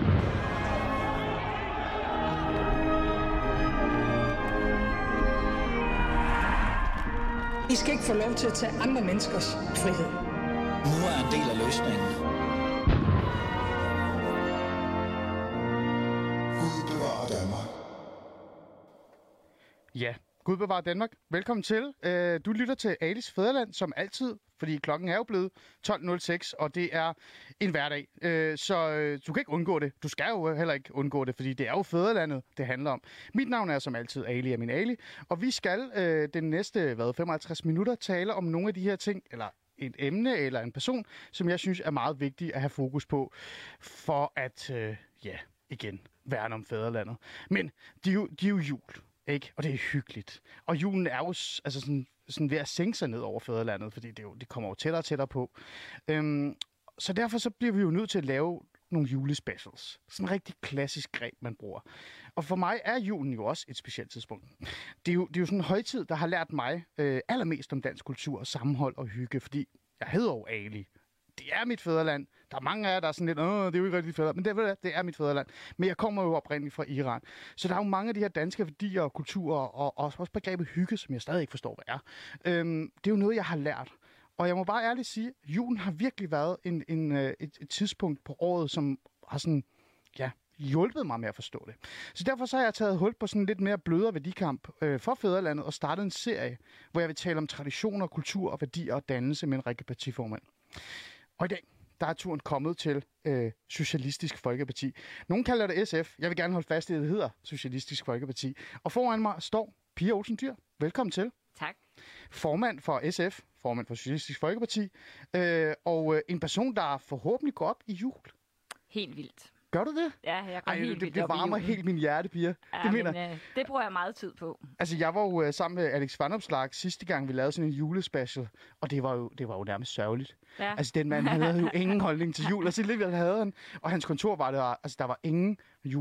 I skal ikke få lov til at tage andre menneskers frihed. Nu er en del af løsningen. Gud bevarer Danmark. Ja, Gud bevarer Danmark. Velkommen til. Du lytter til Alis Fædreland, som altid, fordi klokken er jo blevet 12.06, og det er en hverdag. Så du kan ikke undgå det. Du skal jo heller ikke undgå det, fordi det er jo Fædrelandet, det handler om. Mit navn er som altid Ali Amin Ali, og vi skal den næste 55 minutter tale om nogle af de her ting, eller et emne eller en person, som jeg synes er meget vigtigt at have fokus på, for at, igen, værne om Fædrelandet. Men de er jo jul. Ikke? Og det er hyggeligt. Og julen er jo sådan ved at sænke sig ned over Fædrelandet, fordi det kommer jo tættere og tættere på. Så derfor så bliver vi jo nødt til at lave nogle julespecials. Sådan en rigtig klassisk greb, man bruger. Og for mig er julen jo også et specielt tidspunkt. Det er jo sådan en højtid, der har lært mig allermest om dansk kultur, sammenhold og hygge, fordi jeg hedder jo Ali. Det er mit fædreland. Der er mange af jer, der er sådan lidt, det er jo ikke rigtig fædreland. Men det er mit fædreland. Men jeg kommer jo oprindeligt fra Iran. Så der er jo mange af de her danske værdier og kulturer, og også begrebet hygge, som jeg stadig ikke forstår, hvad er. Det er jo noget, jeg har lært. Og jeg må bare ærligt sige, at julen har virkelig været et tidspunkt på året, som har sådan, hjulpet mig med at forstå det. Så derfor så har jeg taget hul på sådan lidt mere blødere værdikamp for fædrelandet og startet en serie, hvor jeg vil tale om traditioner, kultur og værdier og dannelse med en række partiformand. Og i dag, der er turen kommet til Socialistisk Folkeparti. Nogle kalder det SF. Jeg vil gerne holde fast i, at det hedder Socialistisk Folkeparti. Og foran mig står Pia Olsen Dyhr. Velkommen til. Tak. Formand for SF, formand for Socialistisk Folkeparti, og en person, der forhåbentlig går op i jul. Helt vildt. Gør du det? Ja, jeg går helt vildt det varmer helt min hjerte, Pia. Ja, det bruger jeg meget tid på. Altså, jeg var jo sammen med Alex Vanopslagh sidste gang, vi lavede sådan en julespecial, og det var jo nærmest sørgeligt. Ja. Altså, den mand, han havde jo ingen holdning til jul, og så lidt havde han. Og hans kontor var der var ingen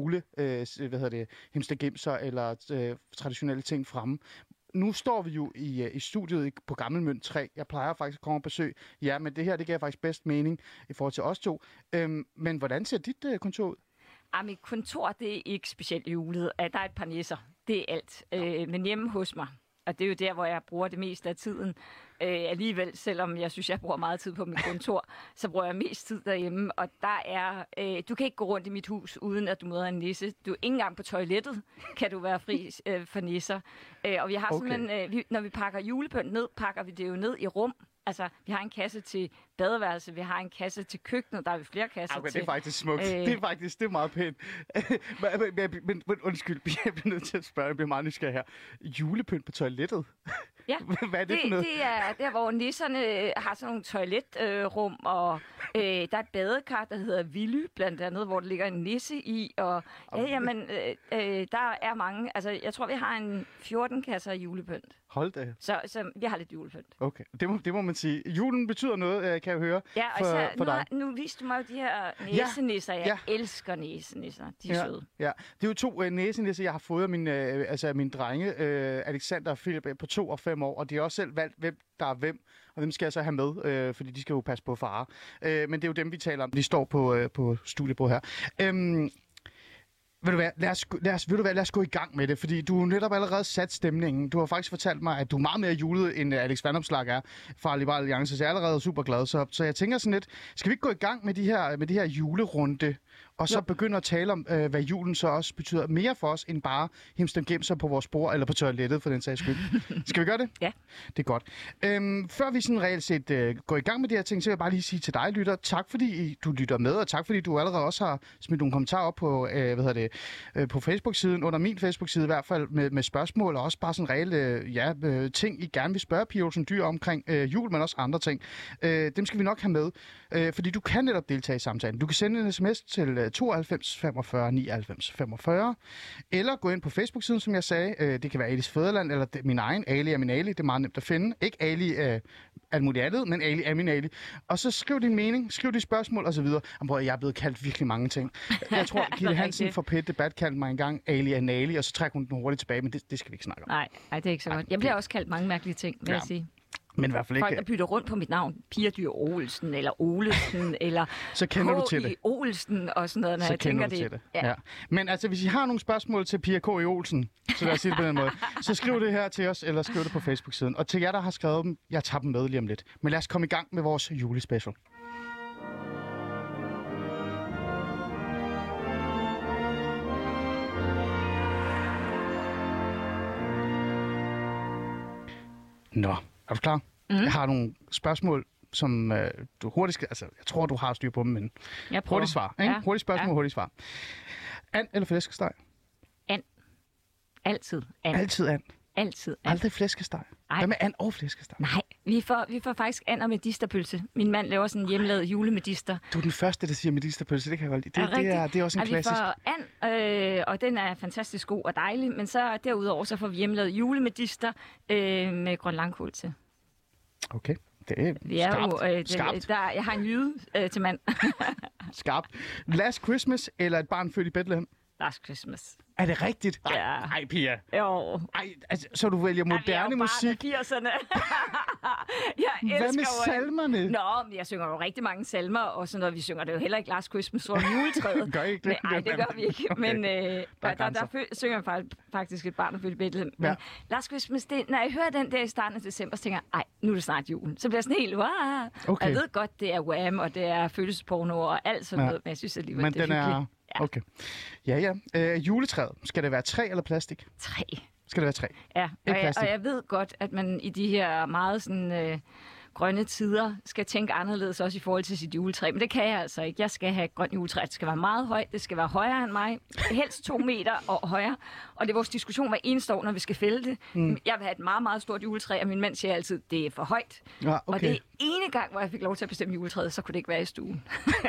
himstergemser eller traditionelle ting fremme. Nu står vi jo i studiet på Gammelmønt 3. Jeg plejer faktisk at komme og besøge. Ja, men det her, det giver faktisk bedst mening i forhold til os to. Men hvordan ser dit kontor ud? Mit kontor, det er ikke specielt julet. Der er et par nisser. Det er alt. Men hjemme hos mig, og det er jo der, hvor jeg bruger det meste af tiden. Alligevel, selvom jeg synes, jeg bruger meget tid på mit kontor, så bruger jeg mest tid derhjemme. Og der er, du kan ikke gå rundt i mit hus, uden at du møder en nisse. Du er ikke engang på toilettet, kan du være fri for nisser. Og vi har simpelthen, når vi pakker julepynt ned, pakker vi det jo ned i rum. Altså, vi har en kasse til badeværelse, vi har en kasse til køkkenet, der er vi flere kasser til. Det er faktisk smukt. Det er meget pænt. men undskyld, jeg bliver nødt til at spørge, jeg bliver meget nysgerrig her. Julepynt på toilettet? Ja, hvad er det for noget? Det er der, hvor nisserne har sådan nogle toiletrum, og der er et badekar, der hedder Villy, blandt andet, hvor der ligger en nisse i, og der er mange. Altså, jeg tror, vi har en 14 kasser af julepynt. Hold da. Så vi har lidt julepynt. Okay, det må man sige. Julen betyder noget, kan jeg høre, for dig. Nu viste du mig jo de her næsenisser. Jeg elsker næsenisser. De er søde. Ja. Det er jo 2 næsenisser, jeg har fået af mine drenge, Alexander og Philip, på 2 og 5 år. Og de har også selv valgt, hvem der er hvem. Og dem skal jeg så have med, fordi de skal jo passe på far. Men det er jo dem, vi taler om. De står på studiebord her. Ved du hvad, lad os gå i gang med det, fordi du har netop allerede sat stemningen. Du har faktisk fortalt mig, at du er meget mere julet, end Alex Vanopslagh er fra Liberal Alliance, så jeg er allerede super glad. Så jeg tænker sådan lidt, skal vi ikke gå i gang med de her julerunde, og så begynde at tale om, hvad julen så også betyder mere for os, end bare himstemgemser på vores bord, eller på toilettet, for den sags skyld. Skal vi gøre det? Ja. Det er godt. Før vi sådan reelt set går i gang med de her ting, så vil jeg bare lige sige til dig, lytter, tak fordi du lytter med, og tak fordi du allerede også har smidt nogle kommentarer op på, på Facebook-siden, under min Facebook-side i hvert fald, med spørgsmål, og også bare sådan reelle ting, I gerne vil spørge Pia Olsen Dyhr omkring jul, men også andre ting. Dem skal vi nok have med, fordi du kan netop deltage i samtalen. Du kan sende en sms til 92 45 99 45, eller gå ind på Facebook-siden, som jeg sagde. Det kan være Alis Fædreland, eller min egen, Ali Amin Ali. Det er meget nemt at finde. Ikke Ali alt muligt andet, men Ali Amin Ali. Og så skriv din mening, skriv de spørgsmål osv. Jeg er blevet kaldt virkelig mange ting. Jeg tror, Gitte Hansen fra Pet Debat kaldte mig engang Ali Anali, og så trækker hun den hurtigt tilbage, men det skal vi ikke snakke om. Nej, det er ikke så godt. Jeg bliver også kaldt mange mærkelige ting, vil jeg sige. Men i hvert fald ikke... Folk, der bytter rundt på mit navn. Pia Dyr Olsen, eller Olesen, eller så kender du til det. Olsen, og sådan noget, når så jeg tænker det. det. Ja. Men altså, hvis I har nogle spørgsmål til Pia K. E. Olsen, så lad os sige det på den måde, så skriv det her til os, eller skriv det på Facebook-siden. Og til jer, der har skrevet dem, jeg tager dem med lige om lidt. Men lad os komme i gang med vores julespecial. Nå, er du klar? Jeg har nogle spørgsmål, som du hurtigt skal... Altså, jeg tror, du har styr på dem, men hurtigt svar. Ikke? Ja. Hurtigt spørgsmål, hurtigt svar. And eller flæskesteg? And. Altid and. Altid and? Altid and. Aldrig flæskesteg? Hvad med and og flæskesteg? Nej, vi får faktisk and og medisterpølse. Min mand laver sådan en hjemmelavet julemedister. Du er den første, der siger medisterpølse. Det kan jeg godt lide. Det er også en klassisk. Vi får and, og den er fantastisk god og dejlig. Men så derudover så får vi hjemmelavet julemedister med grøn langkål til. Okay. Det er skarpt. Jeg har en jyde til mand. Skarpt. Last Christmas eller Et barn født i Bethlehem? Last Christmas. Er det rigtigt? Ja. Ej, Pia. Jo. Ej, altså, så du vælger moderne musik? Jeg elsker hvad med salmerne? Nå, men jeg synger jo rigtig mange salmer, og sådan noget. Vi synger det jo heller ikke Last Christmas for juletræet. Gør I ikke det? Nej, det gør vi ikke. Okay. Men der synger jeg faktisk Et barn født i Bethlehem. Men ja. Last Christmas, når jeg hører den der i starten af december, så tænker jeg, ej, nu er det snart jul. Så bliver jeg sådan helt, wow. Okay. Jeg ved godt, det er Wham, og det er følelsesporno og alt sådan noget, men jeg synes alligevel, det er hyggeligt. Ja. Okay. Ja. Juletræet. Skal det være træ eller plastik? Træ. Skal det være træ? Ja, og jeg ved godt, at man i de her meget sådan, grønne tider skal tænke anderledes også i forhold til sit juletræ. Men det kan jeg altså ikke. Jeg skal have et grønt juletræ. Det skal være meget højt. Det skal være højere end mig. Helst 2 meter og højere. Og det er vores diskussion hver eneste år, når vi skal fælde det. Jeg vil have et meget, meget stort juletræ, og min mand siger altid, det er for højt. Ja, okay. Og det er ene gang, hvor jeg fik lov til at bestemme juletræet, så kunne det ikke være i stuen.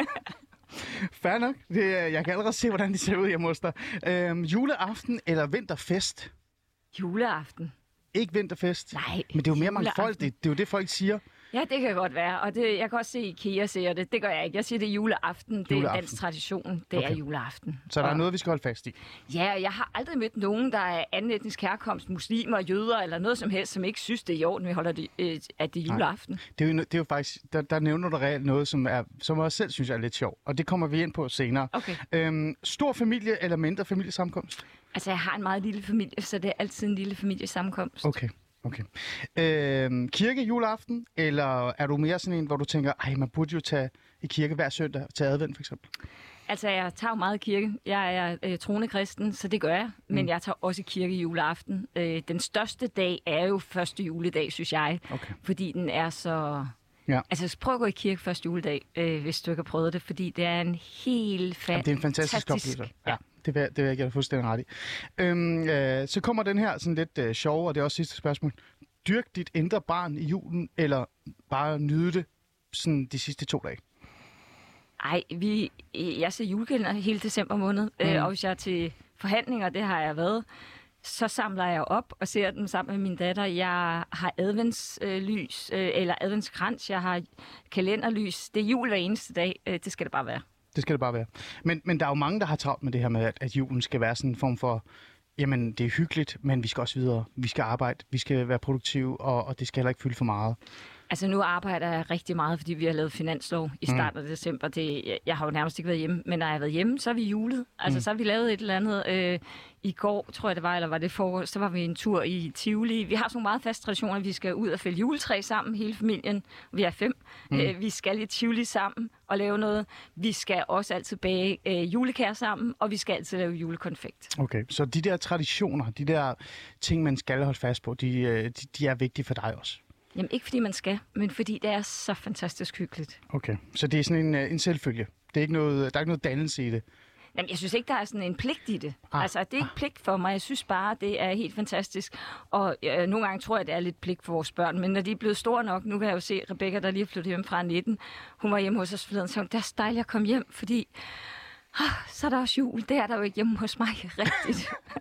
Fair nok. Jeg kan allerede se, hvordan de ser ud hjemme hos dig. Juleaften eller vinterfest? Juleaften. Ikke vinterfest? Nej. Men det er jo mere mangfoldigt. Det er jo det, folk siger. Ja, det kan godt være. Og jeg kan også se, at IKEA siger det. Det gør jeg ikke. Jeg siger, det er juleaften. Det er dansk tradition. Det er juleaften. Så der er noget, vi skal holde fast i? Ja, jeg har aldrig mødt nogen, der er anden etnisk herkomst, muslimer, jøder eller noget som helst, som ikke synes, det er i orden, vi holder det, at det er juleaften. Det er jo faktisk, der nævner du reelt noget, som jeg selv synes er lidt sjovt. Og det kommer vi ind på senere. Okay. Stor familie eller mindre familiesammenkomst? Altså, jeg har en meget lille familie, så det er altid en lille familiesammenkomst. Okay. Kirke juleaften, eller er du mere sådan en, hvor du tænker, ej, man burde jo tage i kirke hver søndag til advent, for eksempel? Altså, jeg tager jo meget i kirke. Jeg er troende kristen, så det gør jeg. Men jeg tager også i kirke juleaften. Den største dag er jo første juledag, synes jeg. Okay. Fordi den er så... Ja. Altså, prøv at gå i kirke første juledag, hvis du ikke har prøvet det, fordi det er en helt det er en fantastisk oplevelse. Ja. Det vil jeg give dig fuldstændig ret i. Så kommer den her sådan lidt sjov, og det er også sidste spørgsmål. Dyrk dit indre barn i julen, eller bare nyde det sådan de sidste 2 dage? Ej, jeg ser julekalender hele december måned, og hvis jeg er til forhandlinger, det har jeg været, så samler jeg op og ser dem sammen med min datter. Jeg har adventslys, eller adventskrans, jeg har kalenderlys. Det er jul hver eneste dag, det skal det bare være. Det skal det bare være. Men der er jo mange, der har travlt med det her med, at julen skal være sådan en form for, jamen det er hyggeligt, men vi skal også videre. Vi skal arbejde, vi skal være produktive, og det skal heller ikke fylde for meget. Altså nu arbejder jeg rigtig meget, fordi vi har lavet finanslov i starten af december. Jeg har jo nærmest ikke været hjemme, men når jeg har været hjemme, så er vi julet. Altså så har vi lavet et eller andet. I går, tror jeg det var, eller var det forår, så var vi en tur i Tivoli. Vi har sådan nogle meget faste traditioner. Vi skal ud og fælde juletræ sammen, hele familien. Vi er 5. Vi skal i Tivoli sammen og lave noget. Vi skal også altid bage julekager sammen, og vi skal altid lave julekonfekt. Okay, så de der traditioner, de der ting, man skal holde fast på, de er vigtige for dig også? Jamen ikke fordi man skal, men fordi det er så fantastisk hyggeligt. Okay, så det er sådan en selvfølge. Det er ikke noget, der er ikke noget dannelse i det? Jamen, jeg synes ikke, der er sådan en pligt i det. Altså, det er ikke pligt for mig. Jeg synes bare, det er helt fantastisk. Og nogle gange tror jeg, det er lidt pligt for vores børn. Men når de er blevet store nok, nu kan jeg jo se Rebecca, der lige er flyttet hjem fra 19. Hun var hjemme hos os forleden, så det er så dejligt at komme hjem, fordi så er der også jul. Det er der jo ikke hjemme hos mig rigtigt.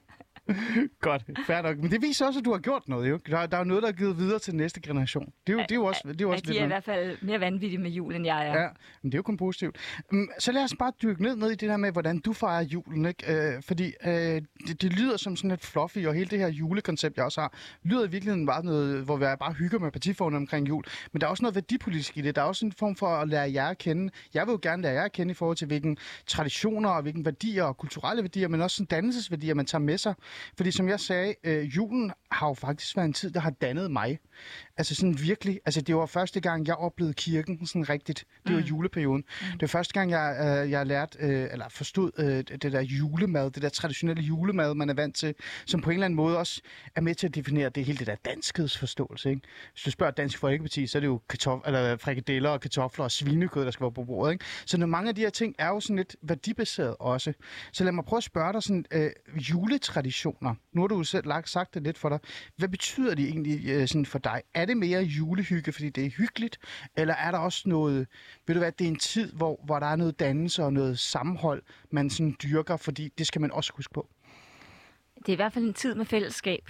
Godt, fair nok. Men det viser også, at du har gjort noget, jo. Der er jo noget, der er givet videre til den næste generation. Det er jo også lidt de er i hvert fald mere vanvittige med jul, end jeg er. Ja, men det er jo kun positivt. Så lad os bare dykke ned i det der med, hvordan du fejrer julen, ikke? Fordi det lyder som sådan et fluffy, og hele det her julekoncept, jeg også har, lyder i virkeligheden bare noget, hvor jeg bare hygger med partiformen omkring jul. Men der er også noget værdipolitisk i det. Der er også en form for at lære jer at kende. Jeg vil jo gerne lære jer at kende i forhold til, hvilke traditioner og hvilke værdier og kulturelle værdier, men også sådan dannelsesværdier, man tager med sig. Fordi som jeg sagde, julen har jo faktisk været en tid, der har dannet mig. Altså sådan virkelig. Altså det var første gang, jeg oplevede kirken sådan rigtigt. Det var juleperioden. Det var første gang, jeg lærte, eller forstod det der julemad, det der traditionelle julemad, man er vant til, som på en eller anden måde også er med til at definere det hele det der danskhedsforståelse, ikke? Hvis du spørger Dansk Folkeparti, så er det jo frikadeller og kartofler og svinekød, der skal være på bordet, ikke? Så mange af de her ting er jo sådan lidt værdibaseret også. Så lad mig prøve at spørge dig sådan, juletraditioner. Nu har du jo selv sagt det lidt for dig. Hvad betyder det egentlig sådan for dig? Er det mere julehygge, fordi det er hyggeligt? Eller er der også noget, ved du hvad, det er en tid, hvor der er noget dannelse og noget sammenhold, man sådan dyrker, fordi det skal man også huske på? Det er i hvert fald en tid med fællesskab.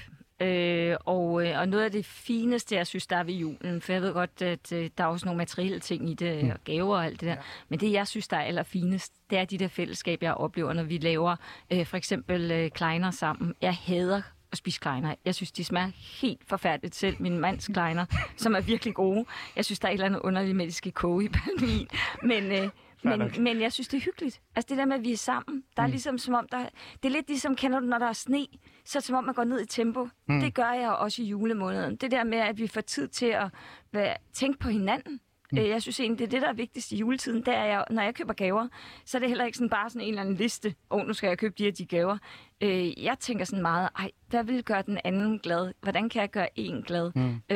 Og noget af det fineste, jeg synes, der er ved julen, for jeg ved godt, at der er også nogle materielle ting i det, og gaver og alt det der, men det, jeg synes, der er allerfinest, det er de der fællesskab, jeg oplever, når vi laver for eksempel kleiner sammen. Jeg hader at spise kleiner. Jeg synes, de smager helt forfærdeligt, selv min mands kleiner, som er virkelig gode. Jeg synes, der er et eller andet underligt med, at de skal koge i palmin. Men jeg synes, det er hyggeligt. Altså det der med, at vi er sammen. Der er ligesom som om, det er lidt ligesom, kender du, når der er sne, så er det som om, man går ned i tempo. Det gør jeg også i julemåneden. Det der med, at vi får tid til at tænke på hinanden. Jeg synes egentlig, det er det, der er vigtigst i juletiden. Det er, når jeg køber gaver, så er det heller ikke sådan bare sådan en eller anden liste. Nu skal jeg købe de gaver. Jeg tænker sådan meget, hvad vil gøre den anden glad? Hvordan kan jeg gøre en glad?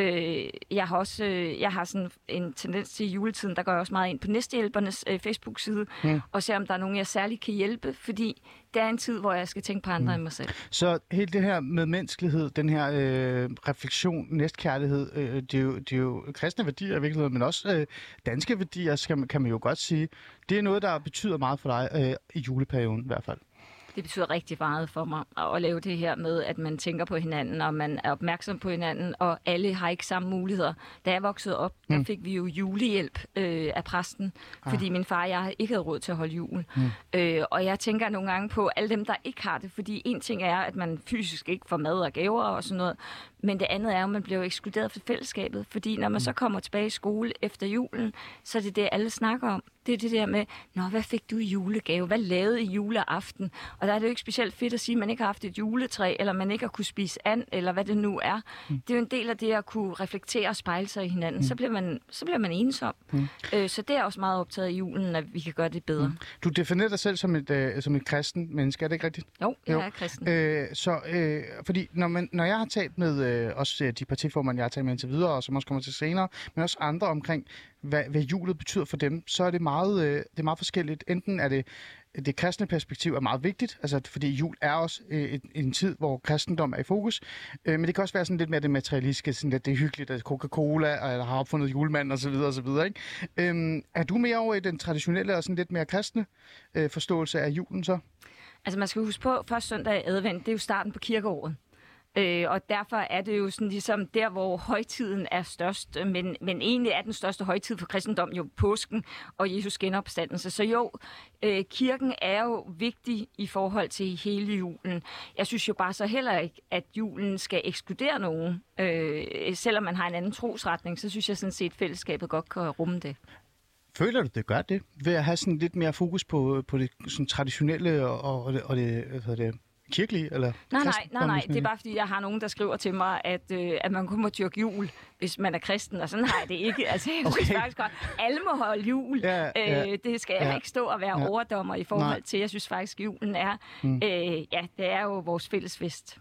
Jeg har sådan en tendens til juletiden, der går jeg også meget ind på Næstehjælpernes Facebook-side, og ser, om der er nogen, jeg særligt kan hjælpe, fordi det er en tid, hvor jeg skal tænke på andre end mig selv. Så helt det her med menneskelighed, den her refleksion, næstkærlighed, det er jo kristne værdier i virkeligheden, men også danske værdier, kan man jo godt sige. Det er noget, der betyder meget for dig i juleperioden i hvert fald. Det betyder rigtig meget for mig at lave det her med, at man tænker på hinanden, og man er opmærksom på hinanden, og alle har ikke samme muligheder. Da jeg voksede op, der fik vi jo julehjælp af præsten, fordi min far og jeg ikke havde råd til at holde jul. Og jeg tænker nogle gange på alle dem, der ikke har det, fordi en ting er, at man fysisk ikke får mad og gaver og sådan noget, men det andet er, at man bliver ekskluderet fra fællesskabet, fordi når man så kommer tilbage i skole efter julen, så er det det, alle snakker om. Det er det der med, hvad fik du i julegave? Hvad lavede I juleaften? Og der er det jo ikke specielt fedt at sige, at man ikke har haft et juletræ, eller man ikke har kunne spise and, eller hvad det nu er. Det er jo en del af det at kunne reflektere og spejle sig i hinanden. Så bliver man ensom. Så det er også meget optaget af julen, at vi kan gøre det bedre. Du definerer dig selv som et kristen menneske, er det ikke rigtigt? Jo, jeg er kristen. Fordi når jeg har talt med også de partiformand, jeg har talt med indtil videre, og som også kommer til senere, men også andre omkring, hvad julet betyder for dem, så er det meget forskelligt. Enten er det kristne perspektiv er meget vigtigt, altså fordi jul er også en tid, hvor kristendom er i fokus, men det kan også være sådan lidt mere det materialistiske, sådan lidt det er hyggeligt, at Coca-Cola eller har opfundet julemanden osv. Ikke? Er du mere over i den traditionelle og sådan lidt mere kristne forståelse af julen så? Altså man skal huske på, første søndag i advent, det er jo starten på kirkeåret. Og derfor er det jo sådan ligesom der, hvor højtiden er størst, men egentlig er den største højtid for kristendom jo påsken og Jesus genopstandelse. Så jo, kirken er jo vigtig i forhold til hele julen. Jeg synes jo bare så heller ikke, at julen skal ekskludere nogen. Selvom man har en anden trosretning, så synes jeg sådan set, at fællesskabet godt kan rumme det. Føler du, det gør det? Ved at have sådan lidt mere fokus på det sådan traditionelle og det kirkelige, eller? Nej. Det er bare fordi, jeg har nogen, der skriver til mig, at man kun må dyrke jul, hvis man er kristen, og sådan har jeg det ikke. Altså, jeg synes faktisk godt, alle må holde jul. Det skal jeg ikke stå og være overdommer i forhold til. Jeg synes faktisk, julen er, det er jo vores fælles fest.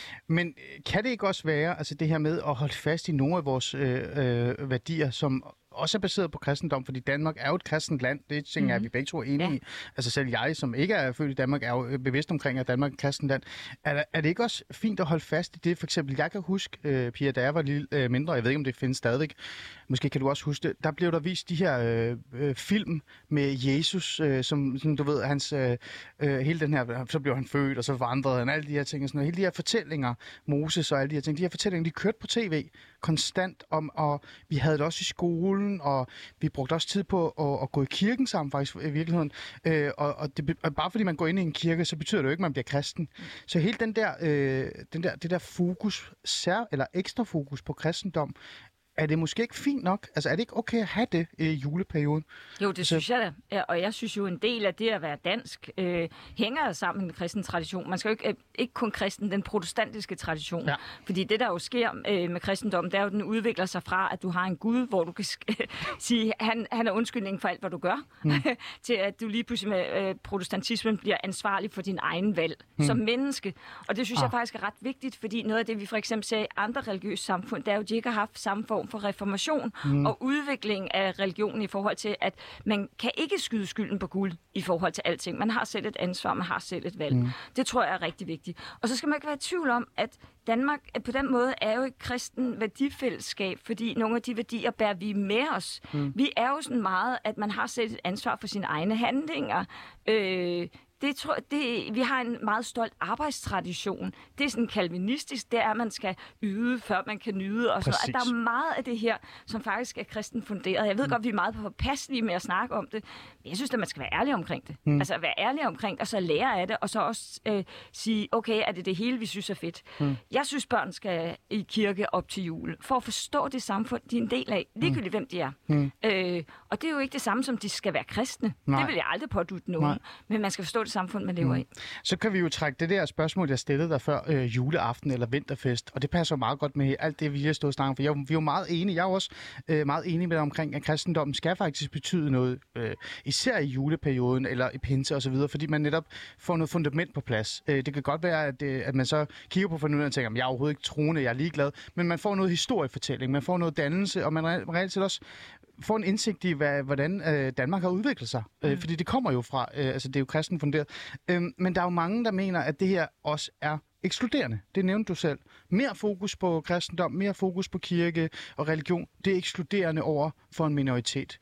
Men kan det ikke også være, altså det her med at holde fast i nogle af vores værdier, som også er baseret på kristendom, fordi Danmark er jo et kristent land. Det tænker jeg, vi begge to er enige i. Altså selv jeg, som ikke er født i Danmark, er jo bevidst omkring, at Danmark er et kristent land. Er det ikke også fint at holde fast i det? For eksempel, jeg kan huske, Pia, da jeg var lille, mindre, jeg ved ikke, om det findes stadigvæk, måske kan du også huske det, der blev der vist de her film med Jesus, som du ved, hans hele den her, så blev han født, og så forandrede han alle de her ting, og sådan noget. Hele de her fortællinger, Moses og alle de her ting, de her fortællinger, de kørte på tv konstant om, og vi havde det også i skolen, og vi brugte også tid på at gå i kirken sammen faktisk i virkeligheden. Og bare fordi man går ind i en kirke, så betyder det jo ikke, at man bliver kristen. Så hele det der fokus, eller ekstra fokus på kristendom, er det måske ikke fint nok? Altså, er det ikke okay at have det i juleperioden? Jo, det synes jeg da. Ja, og jeg synes jo, en del af det at være dansk hænger sammen med kristen tradition. Man skal jo ikke kun kristen, den protestantiske tradition. Ja. Fordi det, der jo sker med kristendommen, det er jo, den udvikler sig fra, at du har en Gud, hvor du kan sige, han er undskyldning for alt, hvad du gør, til at du lige pludselig med protestantismen bliver ansvarlig for din egen valg som menneske. Og det synes jeg faktisk er ret vigtigt, fordi noget af det, vi for eksempel ser i andre religiøse samfund, det er jo, at de ikke har haft samme form for reformation og udvikling af religionen i forhold til, at man kan ikke skyde skylden på Gud i forhold til alting. Man har selv et ansvar, man har selv et valg. Det tror jeg er rigtig vigtigt. Og så skal man ikke være i tvivl om, at Danmark på den måde er jo et kristen værdifællesskab, fordi nogle af de værdier bærer vi med os. Vi er jo sådan meget, at man har selv et ansvar for sine egne handlinger. Vi har en meget stolt arbejdstradition. Det er sådan kalvinistisk, det er, at man skal yde, før man kan nyde. Og sådan. At der er meget af det her, som faktisk er kristen funderet. Jeg ved godt, vi er meget påpasselige med at snakke om det, men jeg synes, at man skal være ærlig omkring det. Altså være ærlig omkring det, og så lære af det, og så også sige, okay, er det hele, vi synes er fedt? Jeg synes, børn skal i kirke op til jul, for at forstå det samfund, de er en del af, ligegyldigt hvem de er. Og det er jo ikke det samme, som de skal være kristne. Det vil jeg aldrig pådutte nogen. Men man skal forstå det samfund, man lever i. Så kan vi jo trække det der spørgsmål, jeg stillede dig før juleaften eller vinterfest, og det passer meget godt med alt det, vi har stået og snakket om, for vi er jo meget enige. Jeg er også meget enig med dig omkring, at kristendommen skal faktisk betyde noget, især i juleperioden eller i pinse og så videre, fordi man netop får noget fundament på plads. Det kan godt være, at man så kigger på fornøjelsen og tænker, jeg er overhovedet ikke troende, jeg er ligeglad, men man får noget historiefortælling, man får noget dannelse, og man reelt set også får en indsigt i, hvordan Danmark har udviklet sig. Fordi det kommer jo fra, altså det er jo kristen funderet. Men der er jo mange, der mener, at det her også er ekskluderende. Det nævnte du selv. Mere fokus på kristendom, mere fokus på kirke og religion, det er ekskluderende over for en minoritet.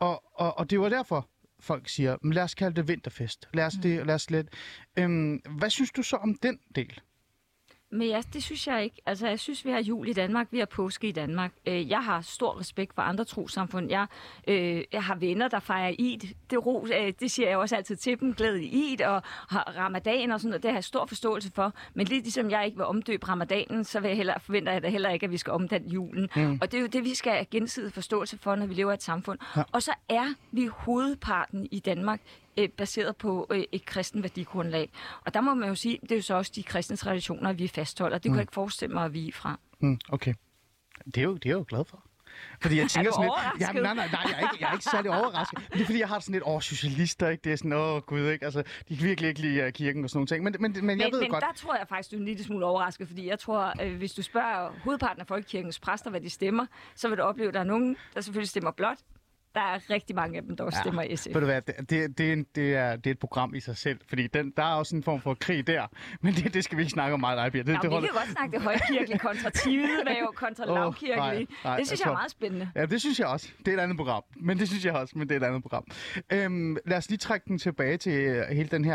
Og det var derfor, folk siger, lad os kalde det vinterfest. Lad os lidt. Hvad synes du så om den del? Men ja, det synes jeg ikke. Altså, jeg synes, vi har jul i Danmark, vi har påske i Danmark. Jeg har stor respekt for andre trossamfund. Jeg har venner, der fejrer Eid. Det siger jeg også altid til dem. Glæde i Eid og Ramadan og sådan noget. Det har jeg stor forståelse for. Men lidt ligesom jeg ikke vil omdøbe Ramadanen, så forventer jeg da heller ikke, at vi skal omdanne julen. Og det er jo det, vi skal have gensidig forståelse for, når vi lever i et samfund. Ja. Og så er vi hovedparten i Danmark baseret på et kristen værdigrundlag. Og der må man jo sige, det er jo så også de kristne traditioner, vi fastholder. Det kunne jeg ikke forestille mig at vige fra. Okay. Det er jeg jo glad for. Fordi jeg tænker sådan lidt, nej, jeg er ikke særlig overrasket. Men det er fordi, jeg har sådan lidt, socialister, ikke? Det er sådan, gud, ikke? Altså, de kan virkelig ikke lide kirken og sådan nogle ting. Men jeg ved godt. Men der tror jeg faktisk, du er en lille smule overrasket, fordi jeg tror, hvis du spørger hovedparten af folkekirkens præster, hvad de stemmer, så vil du opleve, at der er nogen, der selvfølgelig stemmer blåt. Der er rigtig mange af dem, der stemmer SF. Ved du hvad, det er et program i sig selv, fordi der er også en form for krig der, men det skal vi ikke snakke om meget, Ejbjerg. Vi kan godt snakke det højkirkelige kontra Tidehverv, kontra lavkirkelige. Det synes jeg er meget spændende. Ja, det synes jeg også. Det er et andet program. Men det synes jeg også, men det er et andet program. Lad os lige trække den tilbage til hele den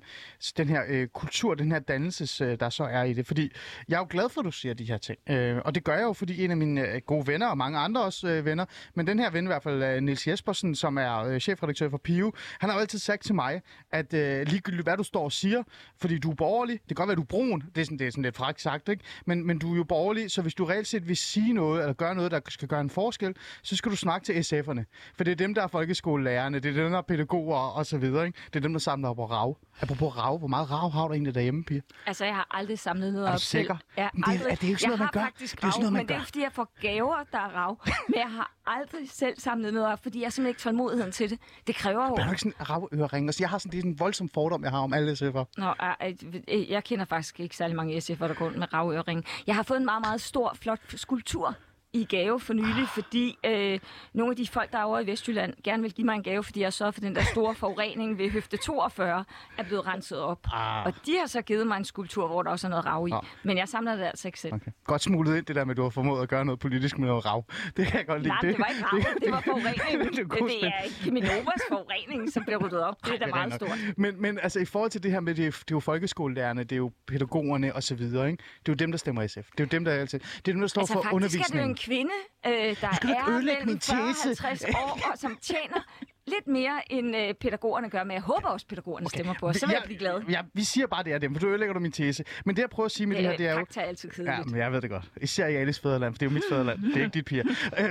her kultur, den her dannelses, der så er i det. Fordi jeg er jo glad for, at du siger de her ting. Og det gør jeg jo, fordi en af mine gode venner, og mange andre også venner, men den her ven i hvert fald, Niels Jespersen, som er chefredaktør for Pio, han har jo altid sagt til mig, at ligegyldigt hvad du står og siger, fordi du er borgerlig, det kan godt være, du er brun, det er sådan lidt frækt sagt, ikke? Men du er jo borgerlig, så hvis du reelt set vil sige noget, eller gøre noget, der skal gøre en forskel, så skal du snakke til SF'erne. For det er dem, der er folkeskolelærerne, det er dem, der er pædagoger og så videre, ikke? Det er dem, der samler op og rav. Apropos rav, hvor meget rav har du egentlig derhjemme, Pia? Altså, jeg har aldrig samlet noget op selv. Er du sikker? Ja, det er jo sådan noget, man gør. Jeg har faktisk rav, men det er fordi, jeg får gaver, der er rav. Men jeg har aldrig selv samlet noget op, fordi jeg simpelthen ikke tålmodigheden til det. Det kræver jo... Der er jo ikke sådan en ravørering. Altså, jeg har sådan, det er sådan en voldsom fordom, jeg har om alle SF'er. Nå, jeg kender faktisk ikke særlig mange SF'er, der går med ravøring. Jeg har fået en meget, meget stor, flot skulptur i gave for nylig, fordi nogle af de folk, der er over i Vestjylland, gerne vil give mig en gave, fordi jeg så for den der store forurening ved Høfde 42 er blevet renset op. Og de har så givet mig en skulptur, hvor der også er noget rav i. Men jeg samler det altså ikke selv. Okay. Godt smuglet ind det der med, at du har formået at gøre noget politisk med noget rav. Det kan jeg godt lide. Nej, det var ikke rav, det var forurening. Det er Cheminovas forurening, som bliver ryddet op. Det er da meget stort. Men altså i forhold til det her med, det er jo folkeskolelærerne, det er jo pædagogerne og så videre, ikke? Det er jo dem, der stemmer SF. Det er jo dem, der altid. Det er dem, der står for undervisningen. Altså faktisk er det jo en kvinde, der er mellem 40 og 50 år, og som tjener lidt mere, end pædagogerne gør, men jeg håber også, pædagogerne stemmer på os. Så vil jeg blive glad. Ja, vi siger bare, det er dem, for du ødelægger du min tese. Men det, jeg prøver at sige med det her, det er jo... Fakta er altid kedeligt. Ja, men jeg ved det godt. Især i Alice fædreland, for det er jo mit fædreland. Det er ikke dit piger.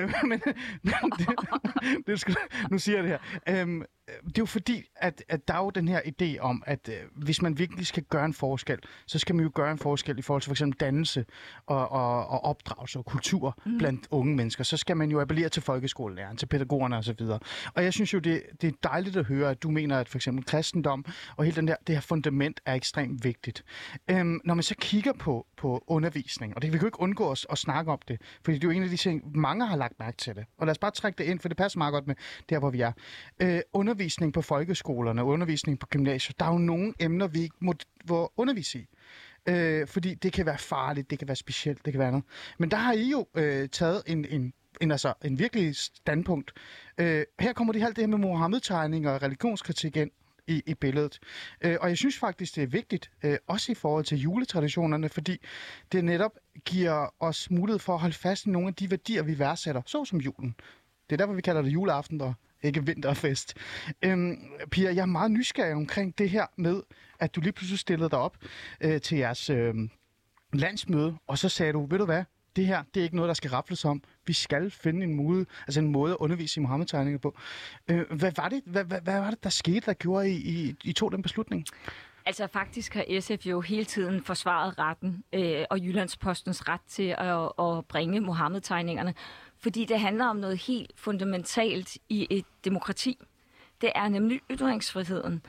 Nu siger jeg det her. Det er jo fordi, at der er jo den her idé om, at hvis man virkelig skal gøre en forskel, så skal man jo gøre en forskel i forhold til for eksempel dannelse og opdragelse og kultur blandt unge mennesker. Så skal man jo appellere til folkeskolelæreren, til pædagogerne osv. Og jeg synes jo, det er dejligt at høre, at du mener, at for eksempel kristendom og hele det her fundament er ekstremt vigtigt. Når man så kigger på undervisning, og vi kan jo ikke undgå at snakke om det, fordi det er jo en af de ting, mange har lagt mærke til det. Og lad os bare trække det ind, for det passer meget godt med der, hvor vi er. Undervisning på folkeskolerne, undervisning på gymnasier. Der er jo nogle emner, vi ikke må undervise i. Fordi det kan være farligt, det kan være specielt, det kan være noget. Men der har I jo taget en virkelig standpunkt. Her kommer alt det her med Mohammed-tegninger og religionskritik ind i billedet. Og jeg synes faktisk, det er vigtigt, også i forhold til juletraditionerne, fordi det netop giver os mulighed for at holde fast i nogle af de værdier, vi værdsætter, såsom julen. Det er derfor, vi kalder det juleaften og ikke vinterfest. Pia, jeg er meget nysgerrig omkring det her med, at du lige pludselig stillede dig op til jeres landsmøde, og så sagde du, ved du hvad, det her, det er ikke noget, der skal rafles om. Vi skal finde en måde at undervise i Mohammed-tegninger på. Hvad var det, der skete, der gjorde, I tog den beslutning? Altså faktisk har SF jo hele tiden forsvaret retten og Jyllandspostens ret til at bringe Mohammed-tegningerne, fordi det handler om noget helt fundamentalt i et demokrati. Det er nemlig ytringsfriheden.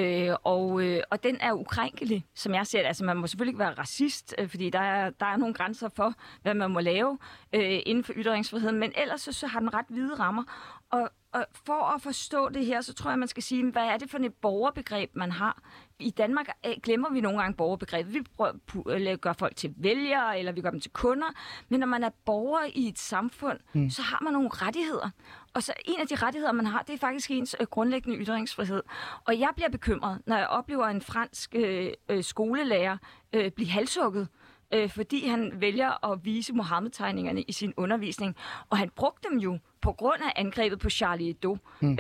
Og den er ukrænkelig, som jeg ser det. Altså man må selvfølgelig ikke være racist, fordi der er nogle grænser for, hvad man må lave inden for ytringsfriheden, men ellers så har den ret vide rammer. Og for at forstå det her, så tror jeg, man skal sige, hvad er det for et borgerbegreb, man har? I Danmark glemmer vi nogle gange borgerbegrebet. Vi gør folk til vælgere, eller vi gør dem til kunder. Men når man er borger i et samfund, så har man nogle rettigheder. Og så en af de rettigheder, man har, det er faktisk ens grundlæggende ytringsfrihed. Og jeg bliver bekymret, når jeg oplever en fransk skolelærer blive halshugget, fordi han vælger at vise Mohammed-tegningerne i sin undervisning. Og han brugte dem jo på grund af angrebet på Charlie Hebdo,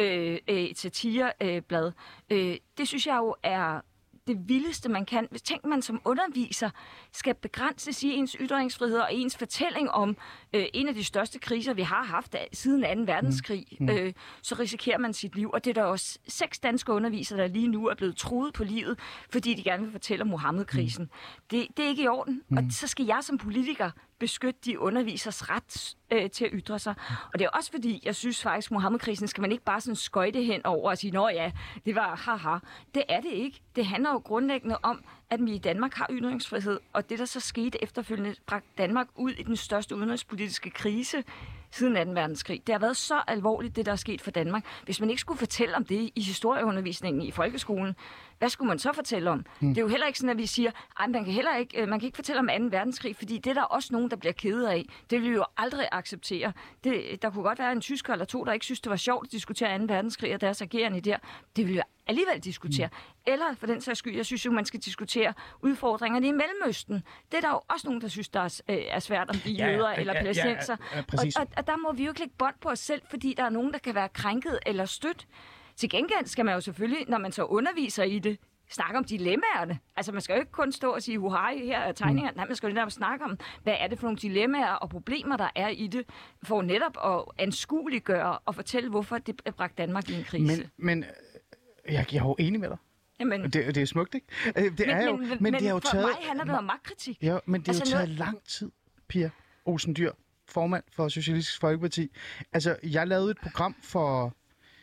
et satireblad. Det synes jeg jo er det vildeste, man kan. Hvis tænker man som underviser skal begrænses i ens ytringsfrihed og ens fortælling om en af de største kriser, vi har haft siden 2. verdenskrig, så risikerer man sit liv. Og det er der også 6 danske undervisere, der lige nu er blevet truet på livet, fordi de gerne vil fortælle om Mohammed-krisen. Det er ikke i orden. Og så skal jeg som politiker beskytte de undervisers ret til at ytre sig. Og det er også fordi, jeg synes faktisk, Mohammed-krisen skal man ikke bare sådan skøjte hen over og sige, nå ja, det var haha. Det er det ikke. Det handler jo grundlæggende om, at vi i Danmark har ytringsfrihed, og det, der så skete efterfølgende, bragte Danmark ud i den største udenrigspolitiske krise siden 2. verdenskrig. Det har været så alvorligt, det der er sket for Danmark. Hvis man ikke skulle fortælle om det i historieundervisningen i folkeskolen, hvad skulle man så fortælle om? Det er jo heller ikke sådan, at vi siger, at man kan ikke fortælle om 2. verdenskrig, fordi det er der også nogen, der bliver kede af. Det vil vi jo aldrig acceptere. Der kunne godt være en tysker eller 2, der ikke synes, det var sjovt at diskutere 2. verdenskrig og deres agerende der. Det vil vi alligevel diskutere. Eller for den sags skyld, jeg synes jo, man skal diskutere udfordringerne i Mellemøsten. Det er der jo også nogen, der synes, der er svært, om de jøder eller palæstinenser. Og der må vi jo ikke lægge bånd på os selv, fordi der er nogen, der kan være krænket eller stødt. Til gengæld skal man jo selvfølgelig, når man så underviser i det, snakke om dilemmaerne. Altså man skal jo ikke kun stå og sige, her er tegninger. Nej, man skal jo netop snakke om, hvad er det for nogle dilemmaer og problemer, der er i det, for netop at anskueliggøre og fortælle, hvorfor det bragte Danmark i en krise. Men jeg er jo enig med dig. Jamen, det er smukt, ikke? Men det er jo for taget, mig handler det om magtkritik. Ja, men det er jo taget lang tid, Pia Olsen Dyhr, formand for Socialistisk Folkeparti. Altså, jeg lavede et program for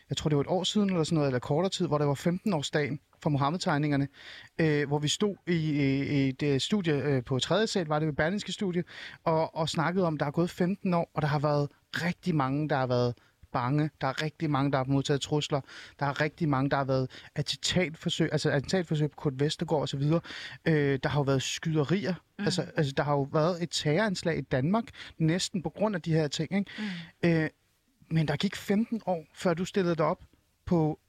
jeg tror det var et år siden eller sådan noget, eller kortere tid, hvor der var 15-årsdagen for Mohammed-tegningerne, hvor vi stod i et studie på 3. sal, var det ved Berlingske studie, og snakkede om, der er gået 15 år, og der har været rigtig mange, der har været bange. Der er rigtig mange, der har modtaget trusler. Der er rigtig mange, der har været attentatforsøg på Kurt Vestergaard osv. Der har jo været skyderier. Altså, der har jo været et terroranslag i Danmark, næsten på grund af de her ting. Ikke? Men der gik 15 år, før du stillede dig op på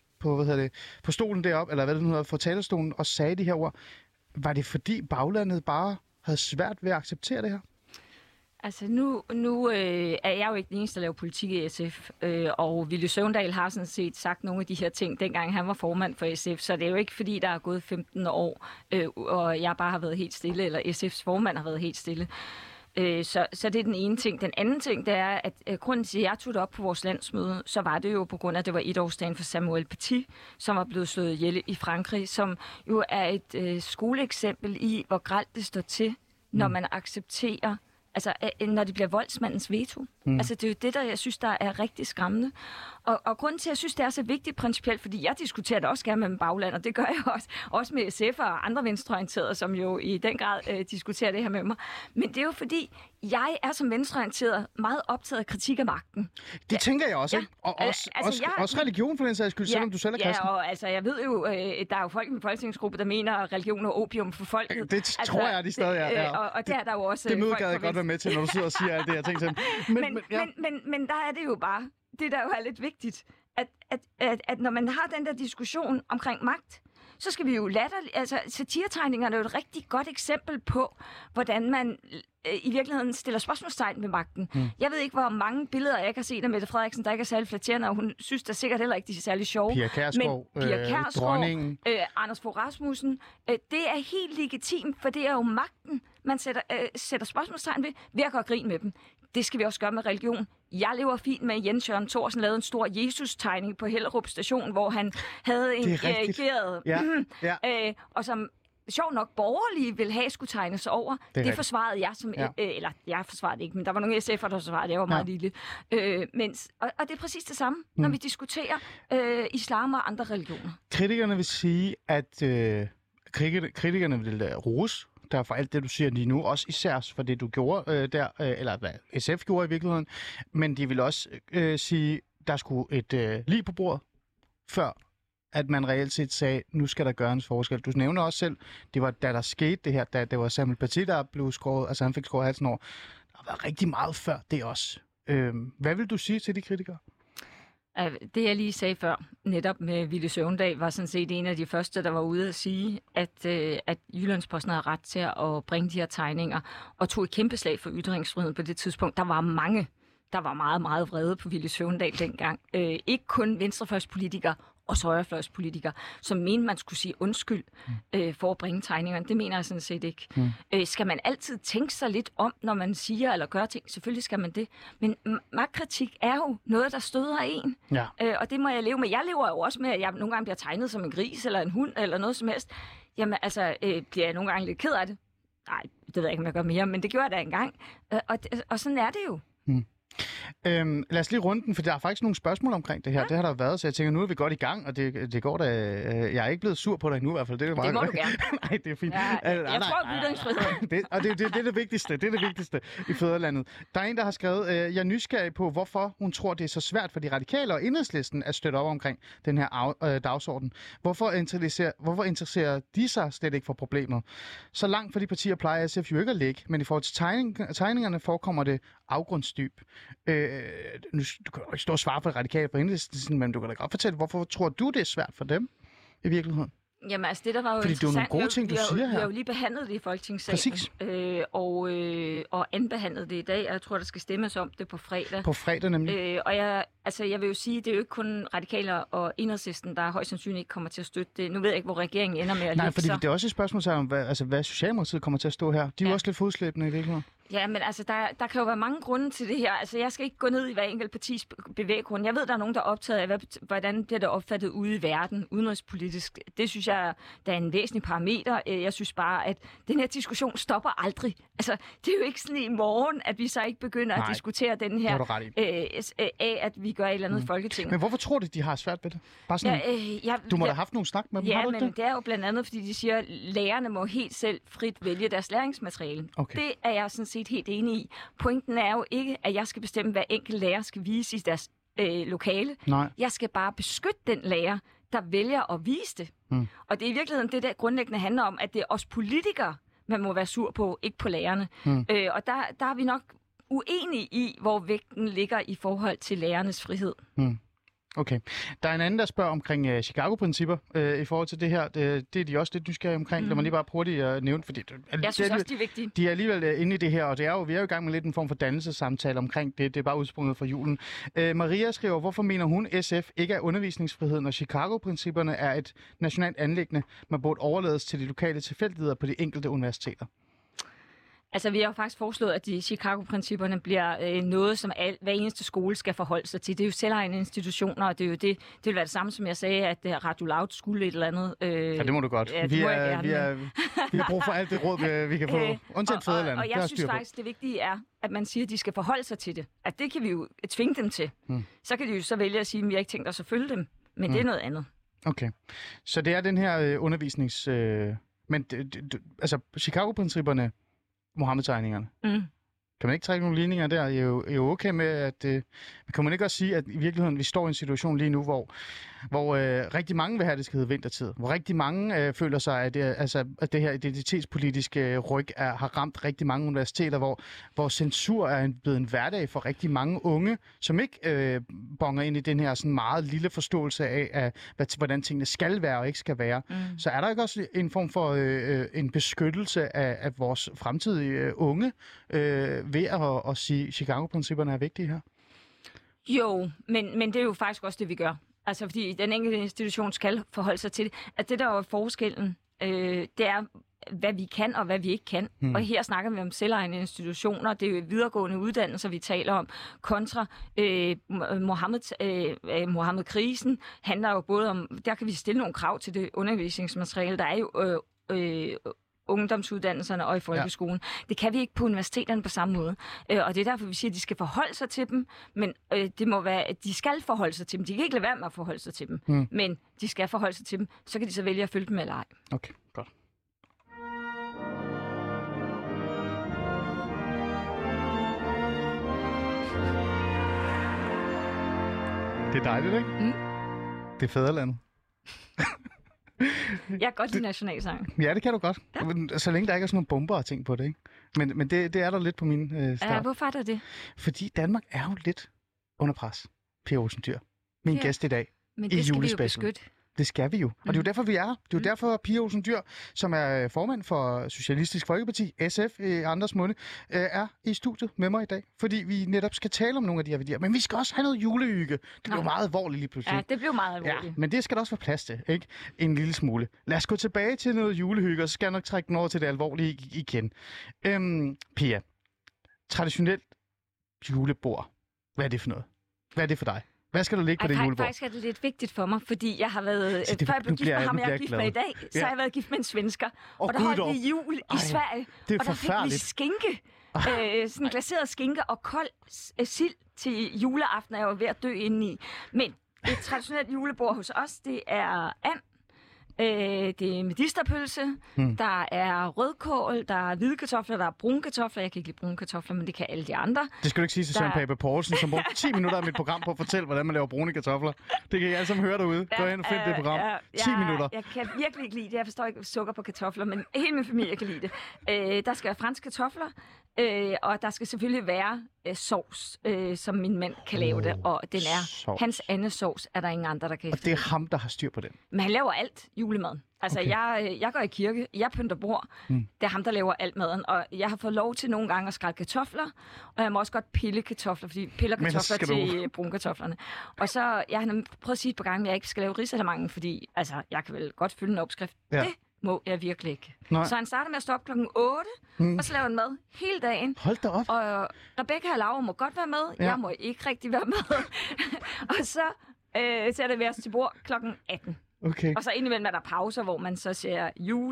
stolen deroppe, eller hvad det nu hedder, for talerstolen, og sagde de her ord. Var det fordi baglandet bare havde svært ved at acceptere det her? Altså nu er jeg jo ikke den eneste, der laver politik i SF, og Villy Søvndal har sådan set sagt nogle af de her ting, dengang han var formand for SF, så det er jo ikke fordi, der er gået 15 år, og jeg bare har været helt stille, eller SF's formand har været helt stille. Så det er den ene ting. Den anden ting, det er, at grunden til, at jeg tog det op på vores landsmøde, så var det jo på grund af, at det var 1-årsdagen for Samuel Paty, som var blevet slået ihjel i Frankrig, som jo er et skoleeksempel i, hvor grelt det står til, når man accepterer, altså når det bliver voldsmandens veto. Altså det er jo det, der jeg synes, der er rigtig skræmmende. Og grunden til, at jeg synes, det er så vigtigt principielt, fordi jeg diskuterer det også gerne med bagland, og det gør jeg også med SF og andre venstreorienterede, som jo i den grad diskuterer det her med mig. Men det er jo fordi, jeg er som venstreorienteret meget optaget af kritik af magten. Det tænker jeg også, ikke? Og også religion for den sags skyld, selvom du selv er kristen. Ja, og altså, jeg ved jo, der er jo folk i min folketingsgruppe, der mener, at religion er opium for folket. Det tror jeg, de stadig er. Ja. Og der er der jo også det møde gad jeg godt være med til, når du sidder og siger alt det her ting til men der er det jo bare, det der jo er lidt vigtigt, at når man har den der diskussion omkring magt, så skal vi jo altså satiretegningerne er jo et rigtig godt eksempel på, hvordan man i virkeligheden stiller spørgsmålstegn ved magten. Jeg ved ikke, hvor mange billeder jeg kan se af Mette Frederiksen, der ikke er særlig flatterende, og hun synes da sikkert heller ikke, de er særlig sjove. Pia Kjærsgaard, dronningen. Anders Fogh Rasmussen. Det er helt legitimt, for det er jo magten, man sætter spørgsmålstegn ved at gøre grin med dem. Det skal vi også gøre med religion. Jeg lever fint med, at Jens Jørgen Thorsen lavede en stor Jesus-tegning på Hellerup station, hvor han havde en og som sjovt nok borgerlige ville have skulle tegnes over. Det forsvarede jeg som... eller jeg forsvarede det ikke, men der var nogle SF'er, der forsvarede det. Jeg var meget lille. Og det er præcis det samme, når vi diskuterer islam og andre religioner. Kritikerne vil sige, at kritikerne vil rose der for alt det, du siger lige nu, også især for det, du gjorde eller hvad SF gjorde i virkeligheden, men de vil også sige, der skulle et lig på bordet, før at man reelt set sagde, nu skal der gøre en forskel. Du nævner også selv, det var da der skete det her, da det var Samuel Paty, der blev skåret, altså han fik skåret halsen over. Der har været rigtig meget før det også. Hvad vil du sige til de kritikere? Det, jeg lige sagde før, netop med Villy Søvndal, var sådan set en af de første, der var ude at sige, at Jyllandsposten havde ret til at bringe de her tegninger, og tog et kæmpe slag for ytringsfriheden på det tidspunkt. Der var mange, der var meget, meget vrede på Villy Søvndal dengang. Ikke kun venstrefløjspolitikere, også højrefløjspolitikere, som mente, man skulle sige undskyld for at bringe tegningerne. Det mener jeg sådan set ikke. Skal man altid tænke sig lidt om, når man siger eller gør ting? Selvfølgelig skal man det. Men magtkritik er jo noget, der støder en. Ja. Og det må jeg leve med. Jeg lever jo også med, at jeg nogle gange bliver tegnet som en gris eller en hund eller noget som helst. Jamen altså, bliver jeg nogle gange lidt ked af det? Nej, det ved jeg ikke, om jeg gør mere, men det gjorde jeg da engang. Og sådan er det jo. Lad os lige runde den, for der er faktisk nogle spørgsmål omkring det her. Ja. Det har der været, så jeg tænker, nu er vi godt i gang, og det går da... Jeg er ikke blevet sur på dig endnu i hvert fald. Det må du gerne. Nej, det er fint. Jeg tror, at ytringsfrihed. Og det er det vigtigste. Det er det vigtigste i fædrelandet. Der er en, der har skrevet, jeg er nysgerrig på, hvorfor hun tror, det er så svært for de radikale og Enhedslisten at støtte op omkring den her dagsorden. Hvorfor interesserer de sig slet ikke for problemet? Så langt fra de partier plejer SF jo ikke at ligge, men i forhold til tegningerne forekommer det afgrundsdyb. Du kan jo ikke stå og svare for det radikale på Enhedslisten, men du kan da godt fortælle, hvorfor tror du, det er svært for dem i virkeligheden? Jamen altså, det der var jo fordi interessant. Det er nogle gode ting, du siger her. Vi har jo lige behandlet det i Folketingssalen. Og anbehandlet det i dag, og jeg tror, der skal stemmes om det på fredag. På fredag nemlig. Og jeg vil jo sige, det er jo ikke kun radikale og Enhedslisten, der højst sandsynligt ikke kommer til at støtte det. Nu ved jeg ikke, hvor regeringen ender med at ligge. Nej, fordi det er også et spørgsmål om, hvad Socialdemokratiet kommer til at stå her. De er jo også lidt fodslæbende i virkeligheden. Ja, men altså, der kan jo være mange grunde til det her. Altså, jeg skal ikke gå ned i hver enkelt partis bevæggrund. Jeg ved, der er nogen, der er optaget af, hvordan bliver det opfattet ude i verden, udenrigspolitisk. Det synes jeg, der er en væsentlig parameter. Jeg synes bare, at den her diskussion stopper aldrig. Altså, det er jo ikke sådan i morgen, at vi så ikke begynder at diskutere den her af, at vi gør et eller andet i Folketinget. Men hvorfor tror du, de har svært ved det? Bare sådan, du må da have haft nogle snak med dem, har du ikke men det? Det er jo blandt andet, fordi de siger, at lærerne må helt selv frit vælge deres læringsmateriale. Okay. Det er jeg sådan set helt enig i. Pointen er jo ikke, at jeg skal bestemme, hvad enkelt lærer skal vise i deres lokale. Nej. Jeg skal bare beskytte den lærer, der vælger at vise det. Og det er i virkeligheden det, der grundlæggende handler om, at det er os politikere, man må være sur på, ikke på lærerne. Og der er vi nok uenige i, hvor vægten ligger i forhold til lærernes frihed. Okay. Der er en anden, der spørger omkring Chicago-principper i forhold til det her. Det er de også lidt nysgerrige omkring. Lad mig lige bare hurtigt nævne, fordi jeg synes også, de er vigtige. De er alligevel inde i det her, og vi er jo i gang med lidt en form for dannelsessamtale omkring det. Det er bare udsprunget fra julen. Maria skriver, hvorfor mener hun, SF ikke er undervisningsfriheden, og Chicago-principperne er et nationalt anliggende, man burde overlades til de lokale tilfældigheder på de enkelte universiteter? Altså, vi har jo faktisk foreslået, at de Chicago-principperne bliver noget, som hver eneste skole skal forholde sig til. Det er jo selvejende institutioner, og det er jo det vil være det samme, som jeg sagde, at Radio Loud skulle et eller andet. Ja, det må du godt. Ja, vi har brug for alt det råd, vi kan få. Undtaget Fædrelandet. Og jeg synes faktisk, det vigtige er, at man siger, at de skal forholde sig til det. At det kan vi jo tvinge dem til. Så kan de jo så vælge at sige, at vi har ikke tænkt os at følge dem. Men det er noget andet. Okay. Så det er den her undervisnings... Men altså, Chicago-principperne, Mohammed-tegningerne. Kan man ikke trække nogle ligninger der? Jeg er jo okay med, at... kan man ikke også sige, at i virkeligheden, vi står i en situation lige nu, hvor rigtig mange vil have, at det skal hedde vintertid. Hvor rigtig mange føler sig, at det her identitetspolitiske ryg har ramt rigtig mange universiteter, hvor censur er blevet en hverdag for rigtig mange unge, som ikke bonger ind i den her sådan meget lille forståelse af hvordan tingene skal være og ikke skal være. Så er der ikke også en form for en beskyttelse af vores fremtidige unge ved at sige, at Chicago-principperne er vigtige her? Jo, men det er jo faktisk også det, vi gør. Altså, fordi den enkelte institution skal forholde sig til det. At det, der er forskellen, det er, hvad vi kan og hvad vi ikke kan. Og her snakker vi om selvejende institutioner. Det er jo videregående uddannelser, vi taler om. Kontra Mohammed-krisen handler jo både om, der kan vi stille nogle krav til det undervisningsmateriale. Der er jo ungdomsuddannelserne og i folkeskolen. Ja. Det kan vi ikke på universiteterne på samme måde. Og det er derfor, vi siger, at de skal forholde sig til dem, men det må være, at de skal forholde sig til dem. De kan ikke lade være med at forholde sig til dem, men de skal forholde sig til dem. Så kan de så vælge at følge dem eller ej. Okay, godt. Det er dejligt, ikke? Det er Fædrelandet. Jeg kan godt lide nationalsang. Ja, det kan du godt. Ja. Så længe der ikke er sådan nogle bomber og ting på det, ikke? Men det er der lidt på min start. Ja, hvorfor er der det? Fordi Danmark er jo lidt under pres. Pia Olsen Dyhr, min gæst i dag. Men det skal vi jo beskytte. Det skal vi jo. Og det er jo derfor, vi er her. Det er jo derfor, Pia Olsen Dyhr, som er formand for Socialistisk Folkeparti, SF i andres munde, er i studiet med mig i dag. Fordi vi netop skal tale om nogle af de her værdier. Men vi skal også have noget julehygge. Det bliver meget alvorligt lige pludselig. Ja, det bliver meget alvorligt. Ja, men det skal der også være plads til, ikke? En lille smule. Lad os gå tilbage til noget julehygge, og så skal jeg nok trække den over til det alvorlige igen. Pia, traditionelt julebord. Hvad er det for noget? Hvad er det for dig? Hvad skal du ligge på det julebord? Faktisk er det lidt vigtigt for mig, fordi jeg har været... Før jeg blev gift med ham, jeg er gift med i dag, så har jeg været gift med en svensker. Og der holdt vi jul i Sverige, og der fik vi skinke. Sådan glaseret skinke og kold sild til juleaften, jeg var ved at dø indeni. Men et traditionelt julebord hos os, det er and. Det er medisterpølse, der er rødkål, der er hvide kartofler, der er brune kartofler. Jeg kan ikke lide brune kartofler, men det kan alle de andre. Det skal du ikke sige til Søren Pape Poulsen, som brugte 10 minutter af mit program på at fortælle, hvordan man laver brune kartofler. Det kan I alle sammen høre derude. Gå hen og find det program. 10 minutter. Jeg kan virkelig ikke lide det. Jeg forstår ikke sukker på kartofler, men hele min familie kan lide det. Der skal være franske kartofler, og der skal selvfølgelig være sovs, som min mand kan lave det. Og den er hans andesovs, er der ingen andre, der kan. Og det er ham, der har styr på den. Men han laver alt julemad. Altså, okay. Jeg går i kirke, jeg pynter bord. Det er ham, der laver alt maden. Og jeg har fået lov til nogle gange at skrælle kartofler, og jeg må også godt pille kartofler, fordi piller kartofler til brunkartoflerne. Og så, jeg har prøvet at sige et par gange, at jeg ikke skal lave risalamangen, fordi altså, jeg kan vel godt følge en opskrift. Ja. Det må jeg virkelig ikke. Nej. Så han starter med at stoppe klokken 8, og så laver han mad hele dagen. Hold da op. Og Rebecca og Laura må godt være med. Ja. Jeg må ikke rigtig være med. Og så sætter vi os til bord klokken 18. Okay. Og så indimellem er der pauser, hvor man så ser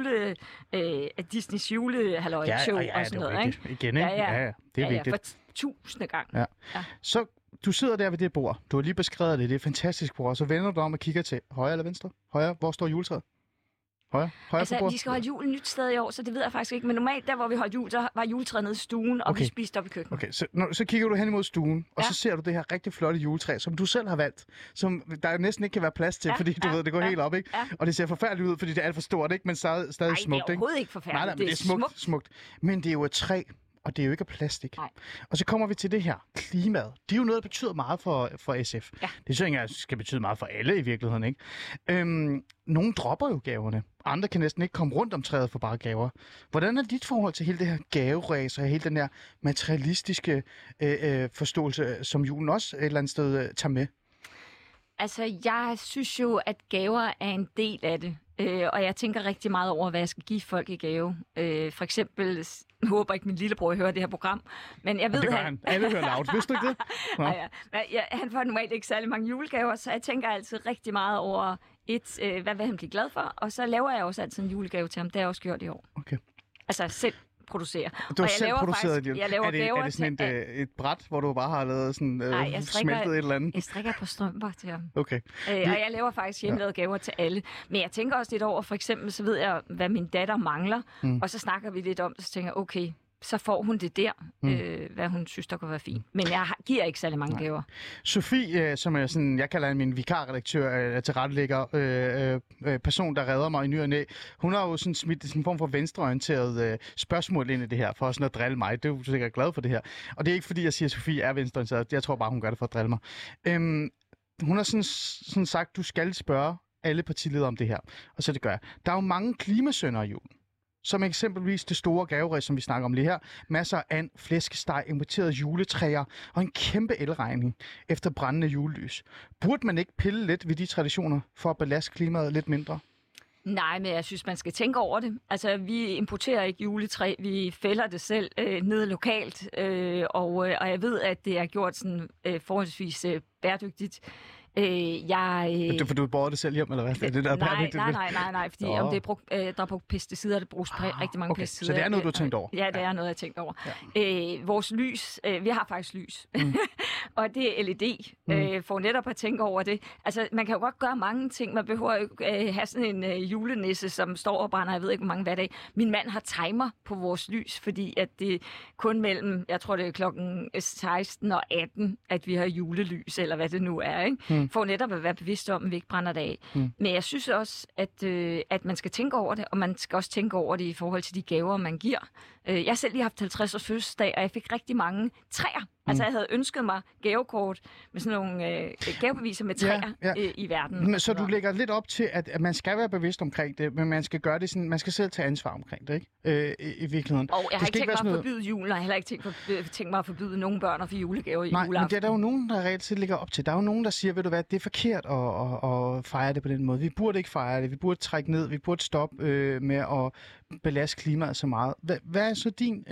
Disneys julehalløj-show og sådan noget. Ikke? Igen, ikke? Ja, det er vigtigt. For 1000. gang. Ja. Ja. Så du sidder der ved det bord. Du har lige beskrevet det. Det er et fantastisk bord. Så vender du dig om og kigger til højre eller venstre? Højre. Hvor står juletræet? Højre Altså, på bordet? vi skal holde jul et nyt sted i år, så det ved jeg faktisk ikke. Men normalt, der hvor vi holdt jul, så var juletræet nede i stuen, og vi spiste op i køkkenet. Okay, så kigger du hen imod stuen, og så ser du det her rigtig flotte juletræ, som du selv har valgt, som der næsten ikke kan være plads til, fordi du ved, det går helt op, ikke? Ja. Og det ser forfærdeligt ud, fordi det er alt for stort, ikke? Men stadig smukt, ikke? Nej, det er overhovedet ikke forfærdeligt. Nej, men det er smukt. Men det er jo et træ, og det er jo ikke af plastik. Nej. Og så kommer vi til det her, klimaet. Det er jo noget, der betyder meget for SF. Ja. Det synes jeg ikke skal betyde meget for alle i virkeligheden, ikke? Nogle dropper jo gaverne. Andre kan næsten ikke komme rundt om træet for bare gaver. Hvordan er dit forhold til hele det her gaveræs og hele den her materialistiske forståelse, som julen også et eller andet sted tager med? Altså, jeg synes jo, at gaver er en del af det. Og jeg tænker rigtig meget over, hvad jeg skal give folk i gave. For eksempel, jeg håber ikke, min lillebror hører det her program, men jeg ved, det gør han. Alle hører loud. Vidste du ikke det? Han får normalt ikke særlig mange julegaver, så jeg tænker altid rigtig meget over, hvad vil han blive glad for? Og så laver jeg også altid en julegave til ham. Det har jeg også gjort i år. Okay. Altså selv producere. Du har selv produceret det? Jeg laver gaver er det sådan et bræt, hvor du bare har lavet sådan smeltet et eller andet? Jeg strikker på strømper til ham. Okay. Og jeg laver faktisk hjemmelavede gaver til alle. Men jeg tænker også lidt over, for eksempel, så ved jeg, hvad min datter mangler. Og så snakker vi lidt om det, så tænker jeg, okay, så får hun det der, hvad hun synes, der kunne være fint. Men jeg giver ikke særlig mange gaver. Sofie, som er sådan, jeg kalder min vikarredaktør, tilrettelægger, person, der redder mig i ny og næ, hun har jo sådan smidt sådan en form for venstreorienteret spørgsmål ind i det her, for sådan at drille mig. Det er jo sikkert glad for det her. Og det er ikke fordi, jeg siger, at Sofie er venstreorienteret. Jeg tror bare, hun gør det for at drille mig. Hun har sådan sagt, du skal spørge alle partiledere om det her. Og så det gør jeg. Der er jo mange klimasønder i julen. Som eksempelvis det store gaveræs, som vi snakker om lige her. Masser af and, flæskesteg, importerede juletræer og en kæmpe elregning efter brændende julelys. Burde man ikke pille lidt ved de traditioner for at belaste klimaet lidt mindre? Nej, men jeg synes, man skal tænke over det. Altså, vi importerer ikke juletræ, vi fælder det selv nede lokalt, og jeg ved, at det er gjort sådan forholdsvis bæredygtigt. For du borger det selv hjem, eller hvad? Er det der nej, fordi om det er brugt, der er brugt pesticider, der bruges rigtig mange pesticider. Så det er noget, du har tænkt over? Ja, det er noget, jeg har tænkt over. Ja. Vores lys, vi har faktisk lys, og det er LED, for netop at tænke over det. Altså, man kan jo godt gøre mange ting, man behøver jo ikke have sådan en julenisse, som står og brænder, jeg ved ikke, hvor mange hverdage. Min mand har timer på vores lys, fordi at det kun mellem, jeg tror det er klokken 16 og 18, at vi har julelys, eller hvad det nu er, ikke? For netop at være bevidst om, at vi ikke brænder det af. Men jeg synes også, at man skal tænke over det, og man skal også tænke over det i forhold til de gaver, man giver. Jeg har selv lige haft 50 års fødselsdag, og jeg fik rigtig mange træer. Altså, jeg havde ønsket mig gavekort med sådan nogle gavebeviser med træer i verden. Så du lægger lidt op til, at man skal være bevidst omkring det, men man skal gøre det sådan, man skal selv tage ansvar omkring det, ikke? I virkeligheden. Og jeg har ikke tænkt mig at forbyde julen, og jeg har heller ikke tænkt mig at forbyde nogen børn at få julegaver i juleaften. Nej, men der er jo nogen, der reelt set ligger op til. Der er jo nogen, der siger, ved du hvad, det er forkert at fejre det på den måde. Vi burde ikke fejre det, vi burde trække ned, vi burde stoppe med at belaste klimaet så meget. Hvad er så din...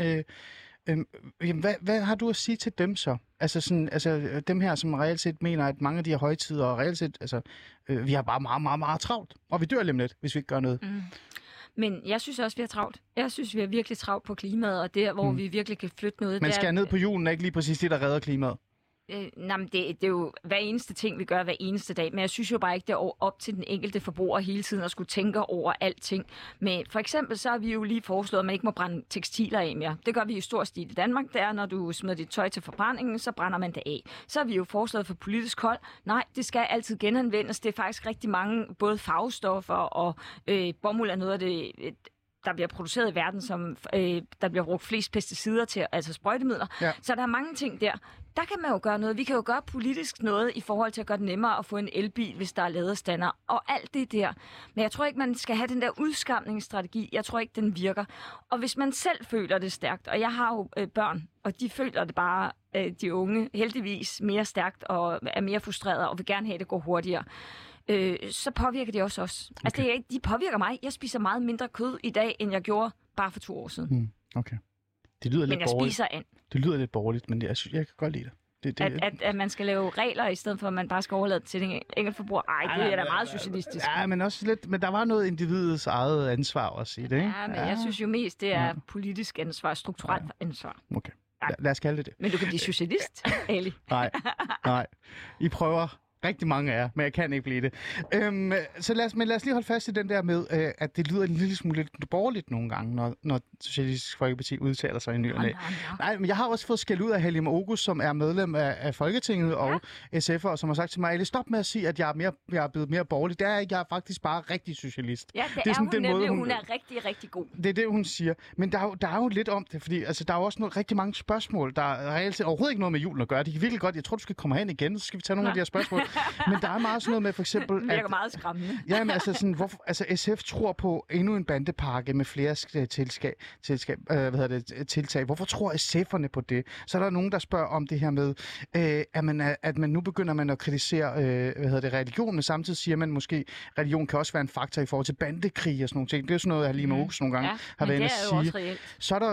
Hvad har du at sige til dem så? Altså dem her, som reelt set mener, at mange af de her højtider, og reelt set, vi har bare meget, meget, meget travlt. Og vi dør lige om lidt, hvis vi ikke gør noget. Men jeg synes også, vi har travlt. Jeg synes, vi har virkelig travlt på klimaet, og der, hvor vi virkelig kan flytte noget. Man skal ned på julen, er ikke lige præcis det, der redder klimaet? Det er jo hver eneste ting, vi gør hver eneste dag, men jeg synes jo bare ikke, det er op til den enkelte forbruger hele tiden at skulle tænke over alting. Men for eksempel så har vi jo lige foreslået, at man ikke må brænde tekstiler af mere. Det gør vi i stor stil i Danmark. Det er, når du smider dit tøj til forbrændingen, så brænder man det af. Så har vi jo foreslået for politisk hold, nej, det skal altid genanvendes. Det er faktisk rigtig mange, både farvestoffer og bomuld er noget af det... der bliver produceret i verden, som der bliver brugt flest pesticider til, altså sprøjtemidler. Ja. Så der er mange ting der. Der kan man jo gøre noget. Vi kan jo gøre politisk noget i forhold til at gøre det nemmere at få en elbil, hvis der er ladestander, og alt det der. Men jeg tror ikke, man skal have den der udskamningsstrategi. Jeg tror ikke, den virker. Og hvis man selv føler det stærkt, og jeg har jo børn, og de føler det bare, de unge, heldigvis mere stærkt og er mere frustrerede og vil gerne have, det går hurtigere. så påvirker det også os. Okay. Altså, de påvirker mig. Jeg spiser meget mindre kød i dag, end jeg gjorde bare for 2 år siden. Okay. Det lyder lidt men jeg spiser and. Det lyder lidt borgerligt, men jeg kan godt lide det. At man skal lave regler, i stedet for at man bare skal overlade til den enkelte forbruger. Ej, det er da meget socialistisk. Ja, men også lidt. Men der var noget individets eget ansvar også i det, ikke? Ja, men jeg synes jo mest, det er politisk ansvar, strukturelt ansvar. Okay. Lad os kalde det. Men du kan blive socialist, Ali. Nej. I prøver rigtig mange af jer, men jeg kan ikke blive det. Så lad os lige holde fast i den der med, at det lyder en lille smule lidt borgerligt nogle gange, når Socialistisk Folkeparti udtaler sig i ny og næ. Nej, men jeg har også fået skæld ud af Halime Oguz, som er medlem af Folketinget og SF'er, som har sagt til mig, stop med at sige, at jeg er blevet mere borgerlig. Det er ikke, jeg er faktisk bare rigtig socialist. Ja, det er sådan, hun nemlig. Hun er rigtig, rigtig god. Det er det, hun siger. Men der er jo lidt om det, fordi altså, der er jo også rigtig mange spørgsmål, der er reelt overhovedet ikke noget med julen at gøre. Det er virkelig godt. Jeg tror, du skal komme hen igen, så skal vi tage nogle af de her spørgsmål. Men der er meget sådan noget med for eksempel... Det virker meget skræmmende. Ja, men altså, sådan, SF tror på endnu en bandepakke med flere tiltag. Hvorfor tror SF'erne på det? Så er der nogen, der spørger om det her med, at man nu begynder at kritisere religion, men samtidig siger man måske, at religion kan også være en faktor i forhold til bandekrig og sådan nogle ting. Det er jo sådan noget, Halime Oguz nogle gange har været inde at sige. Også reelt. Så er der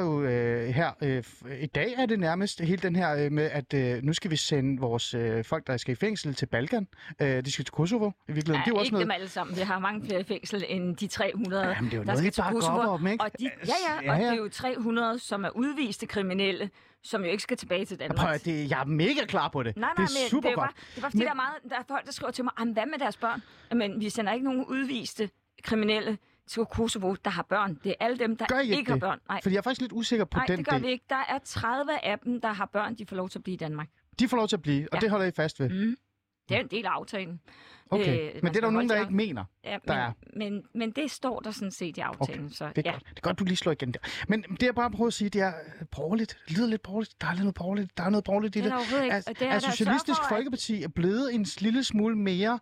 jo i dag er det nærmest helt den her med, at nu skal vi sende vores folk, der skal i fængsel til Balkan. De skal til Kosovo i virkeligheden. Ja, det er jo også ikke noget... dem alle sammen. Vi har mange flere i fængsel end de 300, jamen, det er jo der skal til Kosovo. Om, ikke? Og det er jo 300, som er udviste kriminelle, som jo ikke skal tilbage til Danmark. Jeg er mega klar på det. Nej, det er super godt. Det var fordi, der er folk, der skriver til mig, hvad med deres børn? Men vi sender ikke nogen udviste kriminelle til Kosovo, der har børn. Det er alle dem, der ikke har børn. Nej, fordi jeg er faktisk lidt usikker på den del. Nej, det gør vi ikke. Der er 30 af dem, der har børn, de får lov til at blive i Danmark. De får lov til at blive, og det holder I fast ved? Mm. Det er en del af aftalen. Okay, men det er der nogen, der ikke mener, der er. Men det står der sådan set i aftalen. Okay. Så, det er godt. Det er godt, du lige slår igen der. Men det jeg bare prøver at sige, det er borgerligt. Det lyder lidt borgerligt. Der er lidt noget borgerligt. Der er noget borgerligt i det. Er Socialistisk Folkeparti er blevet en lille smule mere,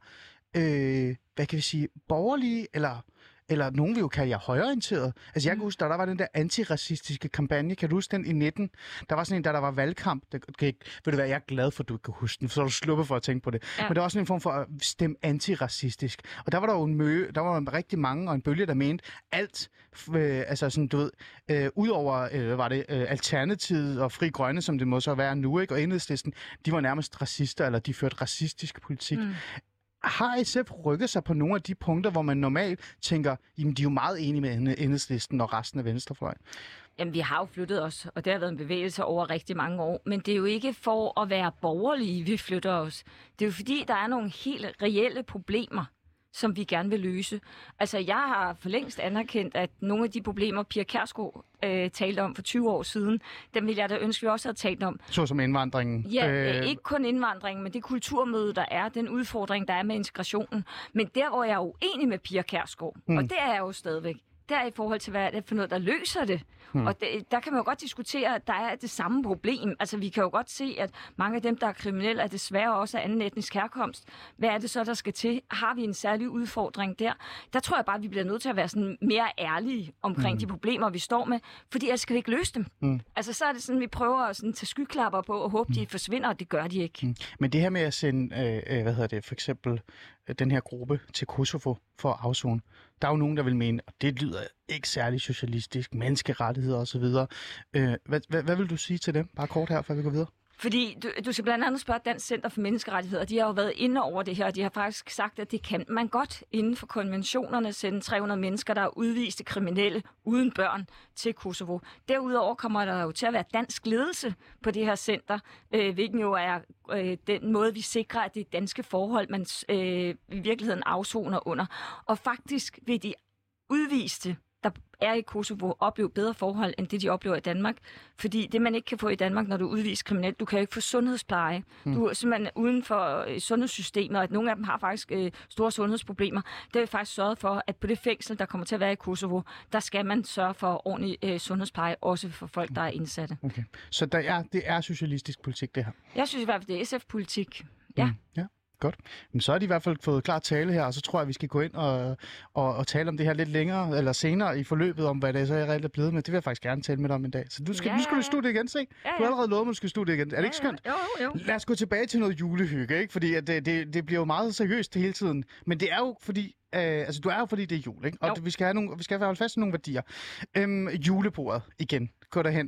hvad kan vi sige, borgerlige, eller nogen vil jo kalde jer højreorienteret. Altså jeg kan huske, der var den der antiracistiske kampagne. Kan du huske den i 19? Der var sådan en, der var valgkamp. Ved du hvad, jeg er glad for, at du ikke kan huske den, for så er du sluppet for at tænke på det. Ja. Men der var sådan en form for at stemme antiracistisk. Og der var der jo der var rigtig mange, og en bølge, der mente alt, altså sådan, du ved, udover, var det Alternativet og Fri Grønne, som det må så være nu, ikke? Og Enhedslisten, de var nærmest racister, eller de førte racistisk politik. Har SF rykket sig på nogle af de punkter, hvor man normalt tænker, jamen de er jo meget enige med Enhedslisten og resten af venstrefløjen? Jamen, vi har jo flyttet os, og det har været en bevægelse over rigtig mange år. Men det er jo ikke for at være borgerlige, vi flytter os. Det er jo fordi, der er nogle helt reelle problemer, som vi gerne vil løse. Altså, jeg har for længst anerkendt, at nogle af de problemer, Pia Kjærsgaard talte om for 20 år siden, dem ville jeg da ønske, vi også havde talt om. Så som indvandringen? Ja, ikke kun indvandringen, men det kulturmøde, der er, den udfordring, der er med integrationen. Men der, hvor jeg er uenig med Pia Kjærsgaard, og det er jeg jo stadigvæk, det er i forhold til, hvad er det for noget, der løser det. Og der kan man jo godt diskutere, at der er det samme problem. Altså, vi kan jo godt se, at mange af dem, der er kriminelle, er desværre også af anden etnisk herkomst. Hvad er det så, der skal til? Har vi en særlig udfordring der? Der tror jeg bare, at vi bliver nødt til at være sådan mere ærlige omkring de problemer, vi står med, fordi ellers skal vi ikke løse dem. Altså, så er det sådan, vi prøver at sådan, tage skyklapper på og håbe, de forsvinder, og det gør de ikke. Men det her med at sende, for eksempel den her gruppe til Kosovo for at afzone, der er jo nogen, der vil mene, at det lyder ikke særlig socialistisk, menneskerettigheder osv. Hvad vil du sige til dem? Bare kort her, før vi går videre. Fordi du skal blandt andet spørge Dansk Center for Menneskerettigheder. De har jo været inde over det her, og de har faktisk sagt, at det kan man godt inden for konventionerne sende 300 mennesker, der er udviste kriminelle uden børn til Kosovo. Derudover kommer der jo til at være dansk ledelse på det her center, hvilken jo er den måde, vi sikrer, at det er danske forhold, man i virkeligheden afsoner under. Og faktisk vil de udviste, der er i Kosovo, opleve bedre forhold, end det, de oplever i Danmark. Fordi det, man ikke kan få i Danmark, når du udviser kriminelt, du kan jo ikke få sundhedspleje. Du er simpelthen uden for sundhedssystemet, og at nogle af dem har faktisk store sundhedsproblemer. Det har vi faktisk sørget for, at på det fængsel, der kommer til at være i Kosovo, der skal man sørge for ordentlig sundhedspleje, også for folk, der er indsatte. Okay. Så det er socialistisk politik, det her? Jeg synes i hvert fald, det er SF-politik. Ja. Ja. Godt. Men så har de i hvert fald fået klar tale her, og så tror jeg, at vi skal gå ind og tale om det her lidt længere eller senere i forløbet, om hvad det så er reelt er blevet med. Det vil jeg faktisk gerne tale med dig om en dag. Så nu skal du i studiet igen, se? Du har allerede lovet, at du skal i studiet igen. Er det ikke skønt? Jo. Lad os gå tilbage til noget julehygge, ikke? Fordi at det bliver jo meget seriøst hele tiden. Men det er jo fordi, du er jo fordi det er jul, ikke? Og vi skal holde fast i nogle værdier. Julebordet igen. Gå derhen.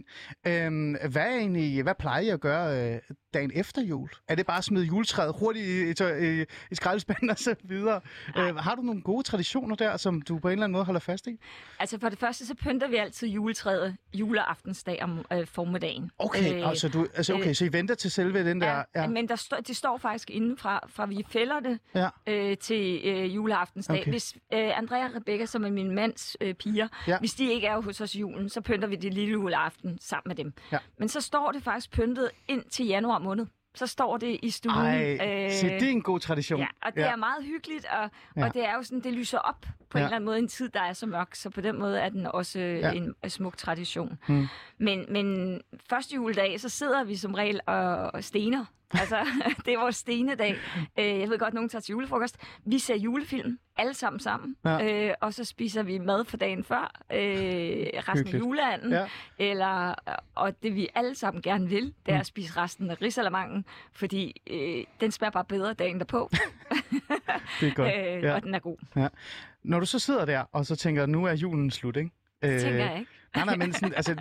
Hvad plejer I at gøre dagen efter jul? Er det bare at smide juletræet hurtigt i skraldespanden og så videre? Har du nogle gode traditioner der, som du på en eller anden måde holder fast i? Altså for det første, så pynter vi altid juletræet juleaftensdag om formiddagen. Okay, så I venter til selve den der... Ja, men det står faktisk inden fra vi fælder det til juleaftensdag. Okay. Hvis Andrea og Rebecca, som er min mands piger, hvis de ikke er hos os i julen, så pynter vi det lille juleaften sammen med dem. Ja. Men så står det faktisk pyntet ind til januar måned. Så står det i stuen. Det er en god tradition. Ja, og det er meget hyggeligt, og det er jo sådan, det lyser op på en eller anden måde en tid, der er så mørk. Så på den måde er den også en smuk tradition. Men første juledag, så sidder vi som regel og stener. Altså, det er vores stenedag. Jeg ved godt, nogen tager til julefrokost. Vi ser julefilm, alle sammen. Og så spiser vi mad for dagen før, resten af juleanden. Ja. Og det vi alle sammen gerne vil, det er at spise resten af risalamangen, fordi den smager bare bedre dagen derpå. Det er godt. Og den er god. Ja. Når du så sidder der, og så tænker, nu er julen slut, ikke? Det tænker jeg ikke. Nej, men sådan, altså,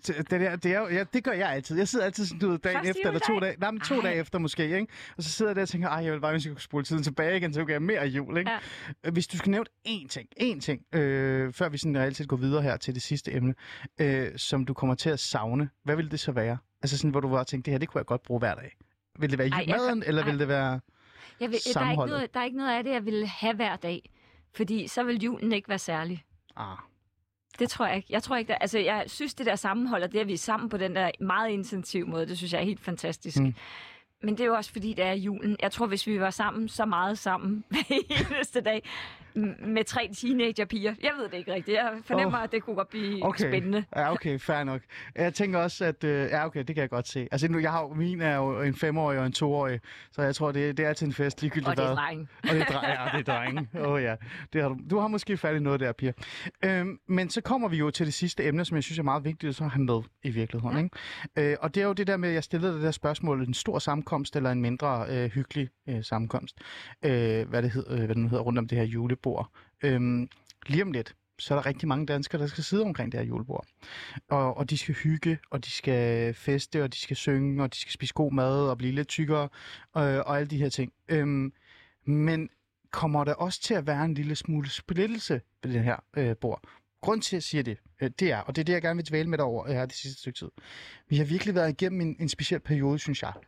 det gør jeg altid. Jeg sidder altid sådan, dagen efter, eller 2 dage. Nej, men 2 dage efter måske, ikke? Og så sidder jeg der og tænker, jeg vil bare, hvis jeg kunne spole tiden tilbage igen, så kan jeg mere jul, ikke? Ja. Hvis du skal nævne én ting, før vi sådan reelt set går videre her til det sidste emne, som du kommer til at savne, hvad vil det så være? Altså sådan, hvor du bare tænker, det her, det kunne jeg godt bruge hver dag. Vil det være maden, eller vil det være sammenholdet? Der er ikke noget af det, jeg vil have hver dag, fordi så vil julen ikke være særlig. Det tror jeg ikke. Jeg tror ikke, altså jeg synes, det der sammenhold, og det, at vi er sammen på den der meget intensiv måde, det synes jeg er helt fantastisk. Men det er jo også, fordi det er julen. Jeg tror, hvis vi var sammen så meget sammen hver eneste dag, med 3 teenagerpiger. Jeg ved det ikke rigtigt. Jeg fornemmer, at det kunne godt blive spændende. Ja, okay, fair nok. Jeg tænker også, at det kan jeg godt se. Altså, min er jo en 5-årig og en 2-årig, så jeg tror, det er altid en fest, ligegyldigt og det er dreng. Og det er drenge. Du har måske fat i noget der, Pia. Men så kommer vi jo til det sidste emne, som jeg synes er meget vigtigt at så have med i virkeligheden. Ikke? Og det er jo det der med, at jeg stillede det der spørgsmål, en stor sammenkomst eller en mindre hyggelig sammenkomst. Hvad det hedder rundt om det her julebord. Lige om lidt, så er der rigtig mange danskere, der skal sidde omkring det her julebord. Og de skal hygge, og de skal feste, og de skal synge, og de skal spise god mad og blive lidt tykkere, og alle de her ting. Men kommer der også til at være en lille smule splittelse ved det her bord? Grunden til, at jeg siger det er, og det er det, jeg gerne vil dvæle med dig over her det sidste stykke tid. Vi har virkelig været igennem en speciel periode, synes jeg.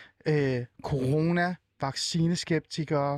Corona, vaccineskeptikere,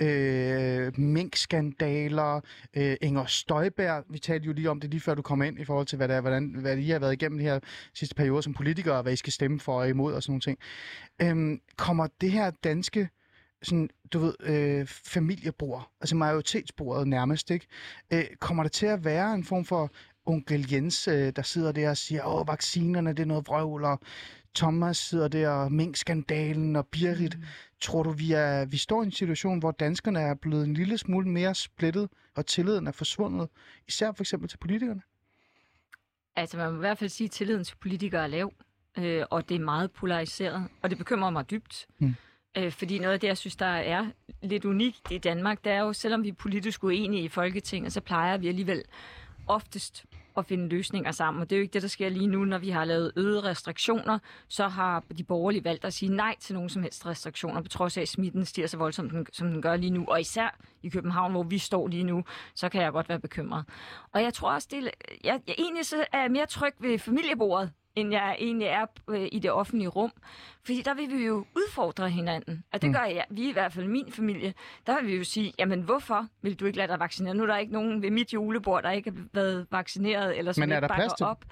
minkskandaler, Inger Støjberg. Vi talte jo lige om det lige før du kom ind i forhold til, hvad I har været igennem de her sidste periode som politikere, hvad I skal stemme for og imod og sådan nogle ting. Kommer det her danske sådan, familiebord, altså majoritetsbordet nærmest, ikke? Kommer det til at være en form for onkel Jens, der sidder der og siger, vaccinerne, det er noget vrøvl, og Thomas sidder der, og minkskandalen og Birgit. Tror du, vi står i en situation, hvor danskerne er blevet en lille smule mere splittet, og tilliden er forsvundet, især for eksempel til politikerne? Altså, man må i hvert fald sige, at tilliden til politikere er lav, og det er meget polariseret, og det bekymrer mig dybt. Fordi noget af det, jeg synes, der er lidt unikt i Danmark, det er jo, selvom vi er politisk uenige i Folketinget, så plejer vi alligevel oftest at finde løsninger sammen. Og det er jo ikke det, der sker lige nu, når vi har lavet øgede restriktioner, så har de borgerlige valgt at sige nej til nogen som helst restriktioner, på trods af, at smitten stiger så voldsomt, som den gør lige nu. Og især i København, hvor vi står lige nu, så kan jeg godt være bekymret. Og jeg tror også, jeg egentlig så er mere tryg ved familiebordet, end jeg egentlig er i det offentlige rum. Fordi der vil vi jo udfordre hinanden. Og det gør vi i hvert fald min familie. Der vil vi jo sige, jamen hvorfor vil du ikke lade dig vaccinere? Nu er der ikke nogen ved mit julebord, der ikke har været vaccineret, eller som ikke bakker op.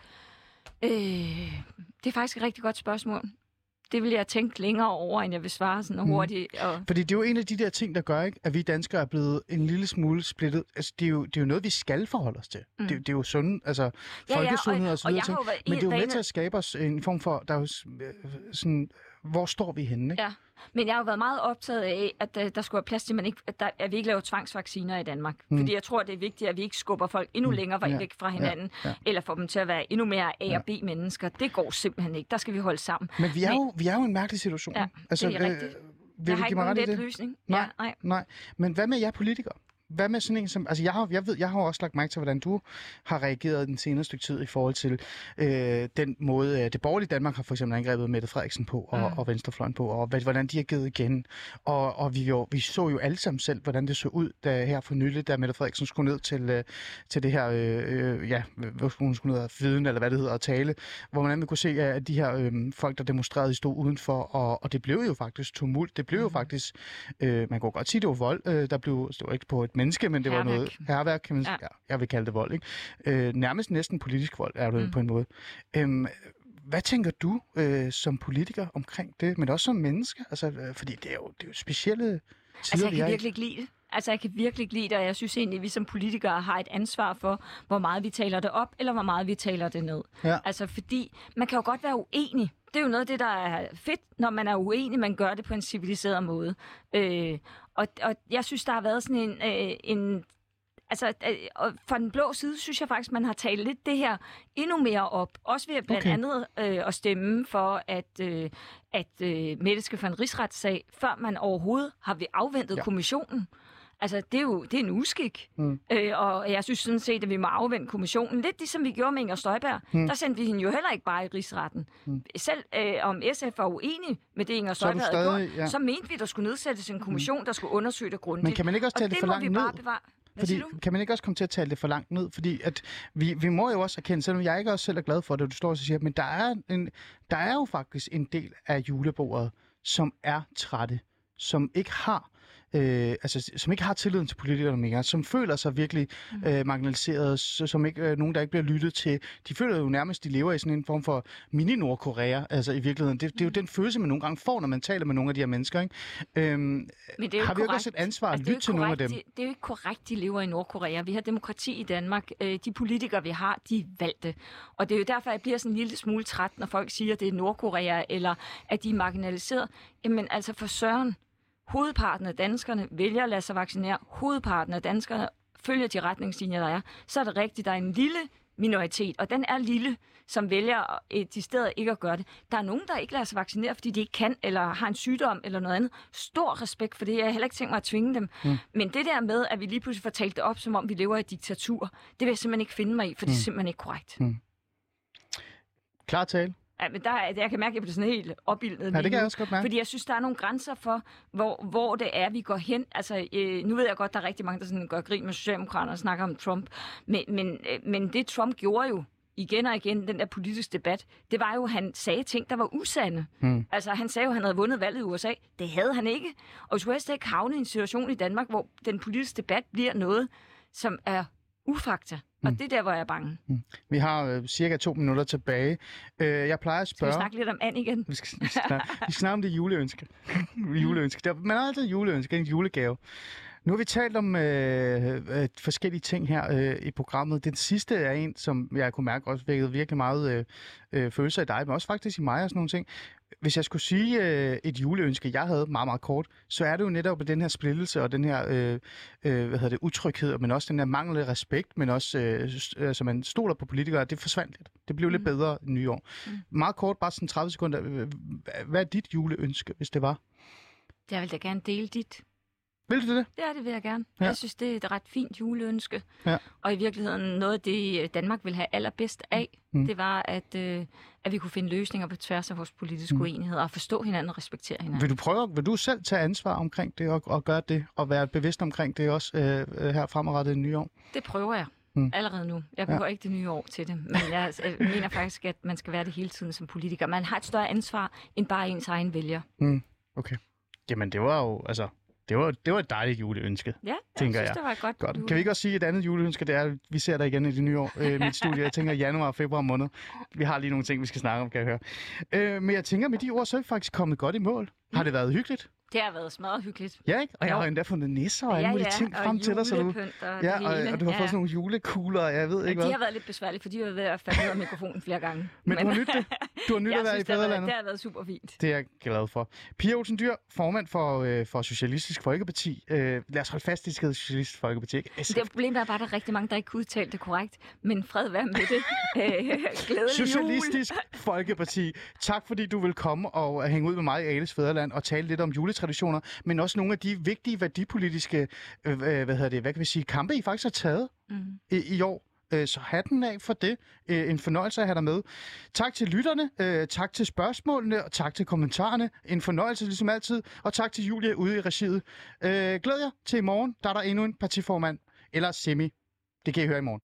Det er faktisk et rigtig godt spørgsmål. Det vil jeg tænke længere over, end jeg vil svare sådan hurtigt. Fordi det er jo en af de der ting, der gør, ikke, at vi danskere er blevet en lille smule splittet. Altså, det er jo noget, vi skal forholde os til. Det er jo sådan, folkesundhed og så videre ting. Men det er jo med til at skabe os en form for, der er jo sådan hvor står vi henne, ikke? Ja, men jeg har jo været meget optaget af, at der skulle være plads til, at vi ikke laver tvangsvacciner i Danmark. Fordi jeg tror, det er vigtigt, at vi ikke skubber folk endnu længere væk fra hinanden, eller får dem til at være endnu mere A- og B-mennesker. Det går simpelthen ikke. Der skal vi holde sammen. Men vi er jo i en mærkelig situation. Ja, altså, det er rigtigt. Vil jeg har ikke nogen let det? løsning. Nej. Men hvad med jer politikere? Hvad med sådan en som... Altså, jeg har også lagt mærke til, hvordan du har reageret den senere stykke tid i forhold til den måde, det borgerlige Danmark har for eksempel angrebet Mette Frederiksen på, og Venstrefløjen på, og hvordan de har givet igen. Og vi så jo alle sammen selv, hvordan det så ud her for nylig, da Mette Frederiksen skulle ned til det her, hun skulle ned af viden, eller hvad det hedder, at tale, hvor man kunne se, at de her folk, der demonstrerede, stod udenfor, og det blev jo faktisk tumult. Det blev jo faktisk, man kunne godt sige, det var vold, der blev, det var ikke på et menneske, men det var noget hærværk, kan man sige. Ja, jeg vil kalde det vold, ikke? Nærmest næsten politisk vold er det på en måde. Hvad tænker du som politiker omkring det, men også som menneske? Altså, fordi det er jo specielle tider, altså, jeg kan virkelig ikke lide det. Altså, jeg kan virkelig ikke lide det, og jeg synes egentlig, at vi som politikere har et ansvar for, hvor meget vi taler det op, eller hvor meget vi taler det ned. Ja. Altså, fordi man kan jo godt være uenig. Det er jo noget af det, der er fedt, når man er uenig, man gør det på en civiliseret måde. Og jeg synes, der har været sådan en altså, fra den blå side, synes jeg faktisk, man har talt lidt det her endnu mere op. Også ved blandt andet at stemme for, at Mette skal få en rigsretssag, før man overhovedet har afventet kommissionen. Altså, det er en uskik. Og jeg synes sådan set, at vi må afvente kommissionen. Lidt ligesom vi gjorde med Inger Støjberg. Der sendte vi hende jo heller ikke bare i rigsretten. Selv om SF var uenig med det, Inger Støjberg havde gjort, så mente vi, at der skulle nedsættes en kommission, der skulle undersøge det grundigt. Men kan man ikke også tale det for langt ned? Kan man ikke også komme til at tale det for langt ned? Fordi at vi må jo også erkende, selvom jeg ikke også selv er glad for det, du står og siger, men der er jo faktisk en del af julebordet, som er trætte, som ikke har som ikke har tilliden til politikerne mere, som føler sig virkelig marginaliseret, som ikke nogen, der ikke bliver lyttet til. De føler jo nærmest, de lever i sådan en form for mini-Nordkorea, altså i virkeligheden. Det er jo den følelse, man nogle gange får, når man taler med nogle af de her mennesker, ikke? Men det er har vi jo også et ansvar at lytte til nogle af dem? Det er jo ikke korrekt, de lever i Nordkorea. Vi har demokrati i Danmark. De politikere, vi har, de valgte. Og det er jo derfor, jeg bliver sådan en lille smule træt, når folk siger, at det er Nordkorea, eller at de er marginaliseret. Jamen altså for søren. Hovedparten af danskerne vælger at lade sig vaccinere. Hovedparten af danskerne følger de retningslinjer, der er. Så er det rigtigt, der er en lille minoritet, og den er lille, som vælger de steder ikke at gøre det. Der er nogen, der ikke lader sig vaccinere, fordi de ikke kan, eller har en sygdom, eller noget andet. Stor respekt for det. Jeg har heller ikke tænkt mig at tvinge dem. Men det der med, at vi lige pludselig får talt det op, som om vi lever i et diktatur, det vil jeg simpelthen ikke finde mig i, for det er simpelthen ikke korrekt. Klar tale. Ja, men jeg kan mærke, at jeg bliver sådan helt opildnet. Ja, det kan jeg også godt mærke. Fordi jeg synes, der er nogle grænser for, hvor det er, vi går hen. Altså, nu ved jeg godt, der er rigtig mange, der sådan gør grin med Socialdemokraterne og snakker om Trump. Men det Trump gjorde jo igen og igen, den der politiske debat, det var jo, at han sagde ting, der var usande. Altså, han sagde jo, at han havde vundet valget i USA. Det havde han ikke. Og hvis du ikke havnet i en situation i Danmark, hvor den politiske debat bliver noget, som er ufakta. Og det er der, hvor jeg er bange. Vi har cirka 2 minutter tilbage. Jeg plejer at spørge... Skal vi snakke lidt om and igen? Vi skal snakke om det juleønske. Man har altid juleønske, en julegave. Nu har vi talt om forskellige ting her i programmet. Den sidste er en, som jeg kunne mærke også vækkede virkelig meget følelser i dig, men også faktisk i mig og sådan nogle ting. Hvis jeg skulle sige et juleønske, jeg havde meget, meget kort, så er det jo netop den her splittelse og den her utryghed, men også den her manglende respekt, men også, altså man stoler på politikere, det forsvandt lidt. Det blev lidt bedre i nye år. Meget kort, bare sådan 30 sekunder. Hvad er dit juleønske, hvis det var? Jeg vil da gerne dele dit. Vil du det? Ja, det vil jeg gerne. Ja. Jeg synes, det er et ret fint juleønske. Ja. Og i virkeligheden noget af det, Danmark vil have allerbedst af, det var, at vi kunne finde løsninger på tværs af vores politiske uenigheder og forstå hinanden og respektere hinanden. Vil du selv tage ansvar omkring det og gøre det, og være bevidst omkring det også her fremadrettet i nye år? Det prøver jeg. Allerede nu. Jeg behøver ikke det nye år til det, men jeg mener faktisk, at man skal være det hele tiden som politiker. Man har et større ansvar end bare ens egen vælger. Okay. Jamen, det var jo, altså... Det var et dejligt juleønske, tænker jeg. Det var godt. Kan vi ikke også sige, at et andet juleønske, det er, at vi ser dig igen i det nye år i mit studie. Jeg tænker januar og februar måned. Vi har lige nogle ting, vi skal snakke om, kan jeg høre. Men jeg tænker, med de ord, så er vi faktisk kommet godt i mål. Har det været hyggeligt? Det har været smadret hyggeligt. Ja, ikke? Og jeg har endda fundet nisser og alle mulige ting frem til dig. Så du, og du har fået sådan nogle julekugler, og jeg ved ikke hvad. De har været lidt besværlige, fordi jeg har været faldet ned af mikrofonen flere gange. Men du har nyt det. Du har nyt at være i fædrelandet. Det har været super fint. Det er jeg glad for. Pia Olsen Dyhr, formand for Socialistisk Folkeparti. Lad os holde fast i, at Socialistisk Folkeparti, ikke? Det problemet er bare, at der er rigtig mange, der ikke kunne udtale det korrekt. Men fred være med det. Glædelig Socialistisk Folkeparti. Tak fordi du vil komme og hænge ud med mig i Ales Fædreland og tale lidt om juletraditioner, men også nogle af de vigtige værdipolitiske kampe, I faktisk har taget i år. Så hatten af for det. En fornøjelse at have dig med. Tak til lytterne, tak til spørgsmålene, og tak til kommentarerne. En fornøjelse ligesom altid. Og tak til Julie ude i regiet. Glæd jer til i morgen. Der er der endnu en partiformand. Eller semi. Det kan I høre i morgen.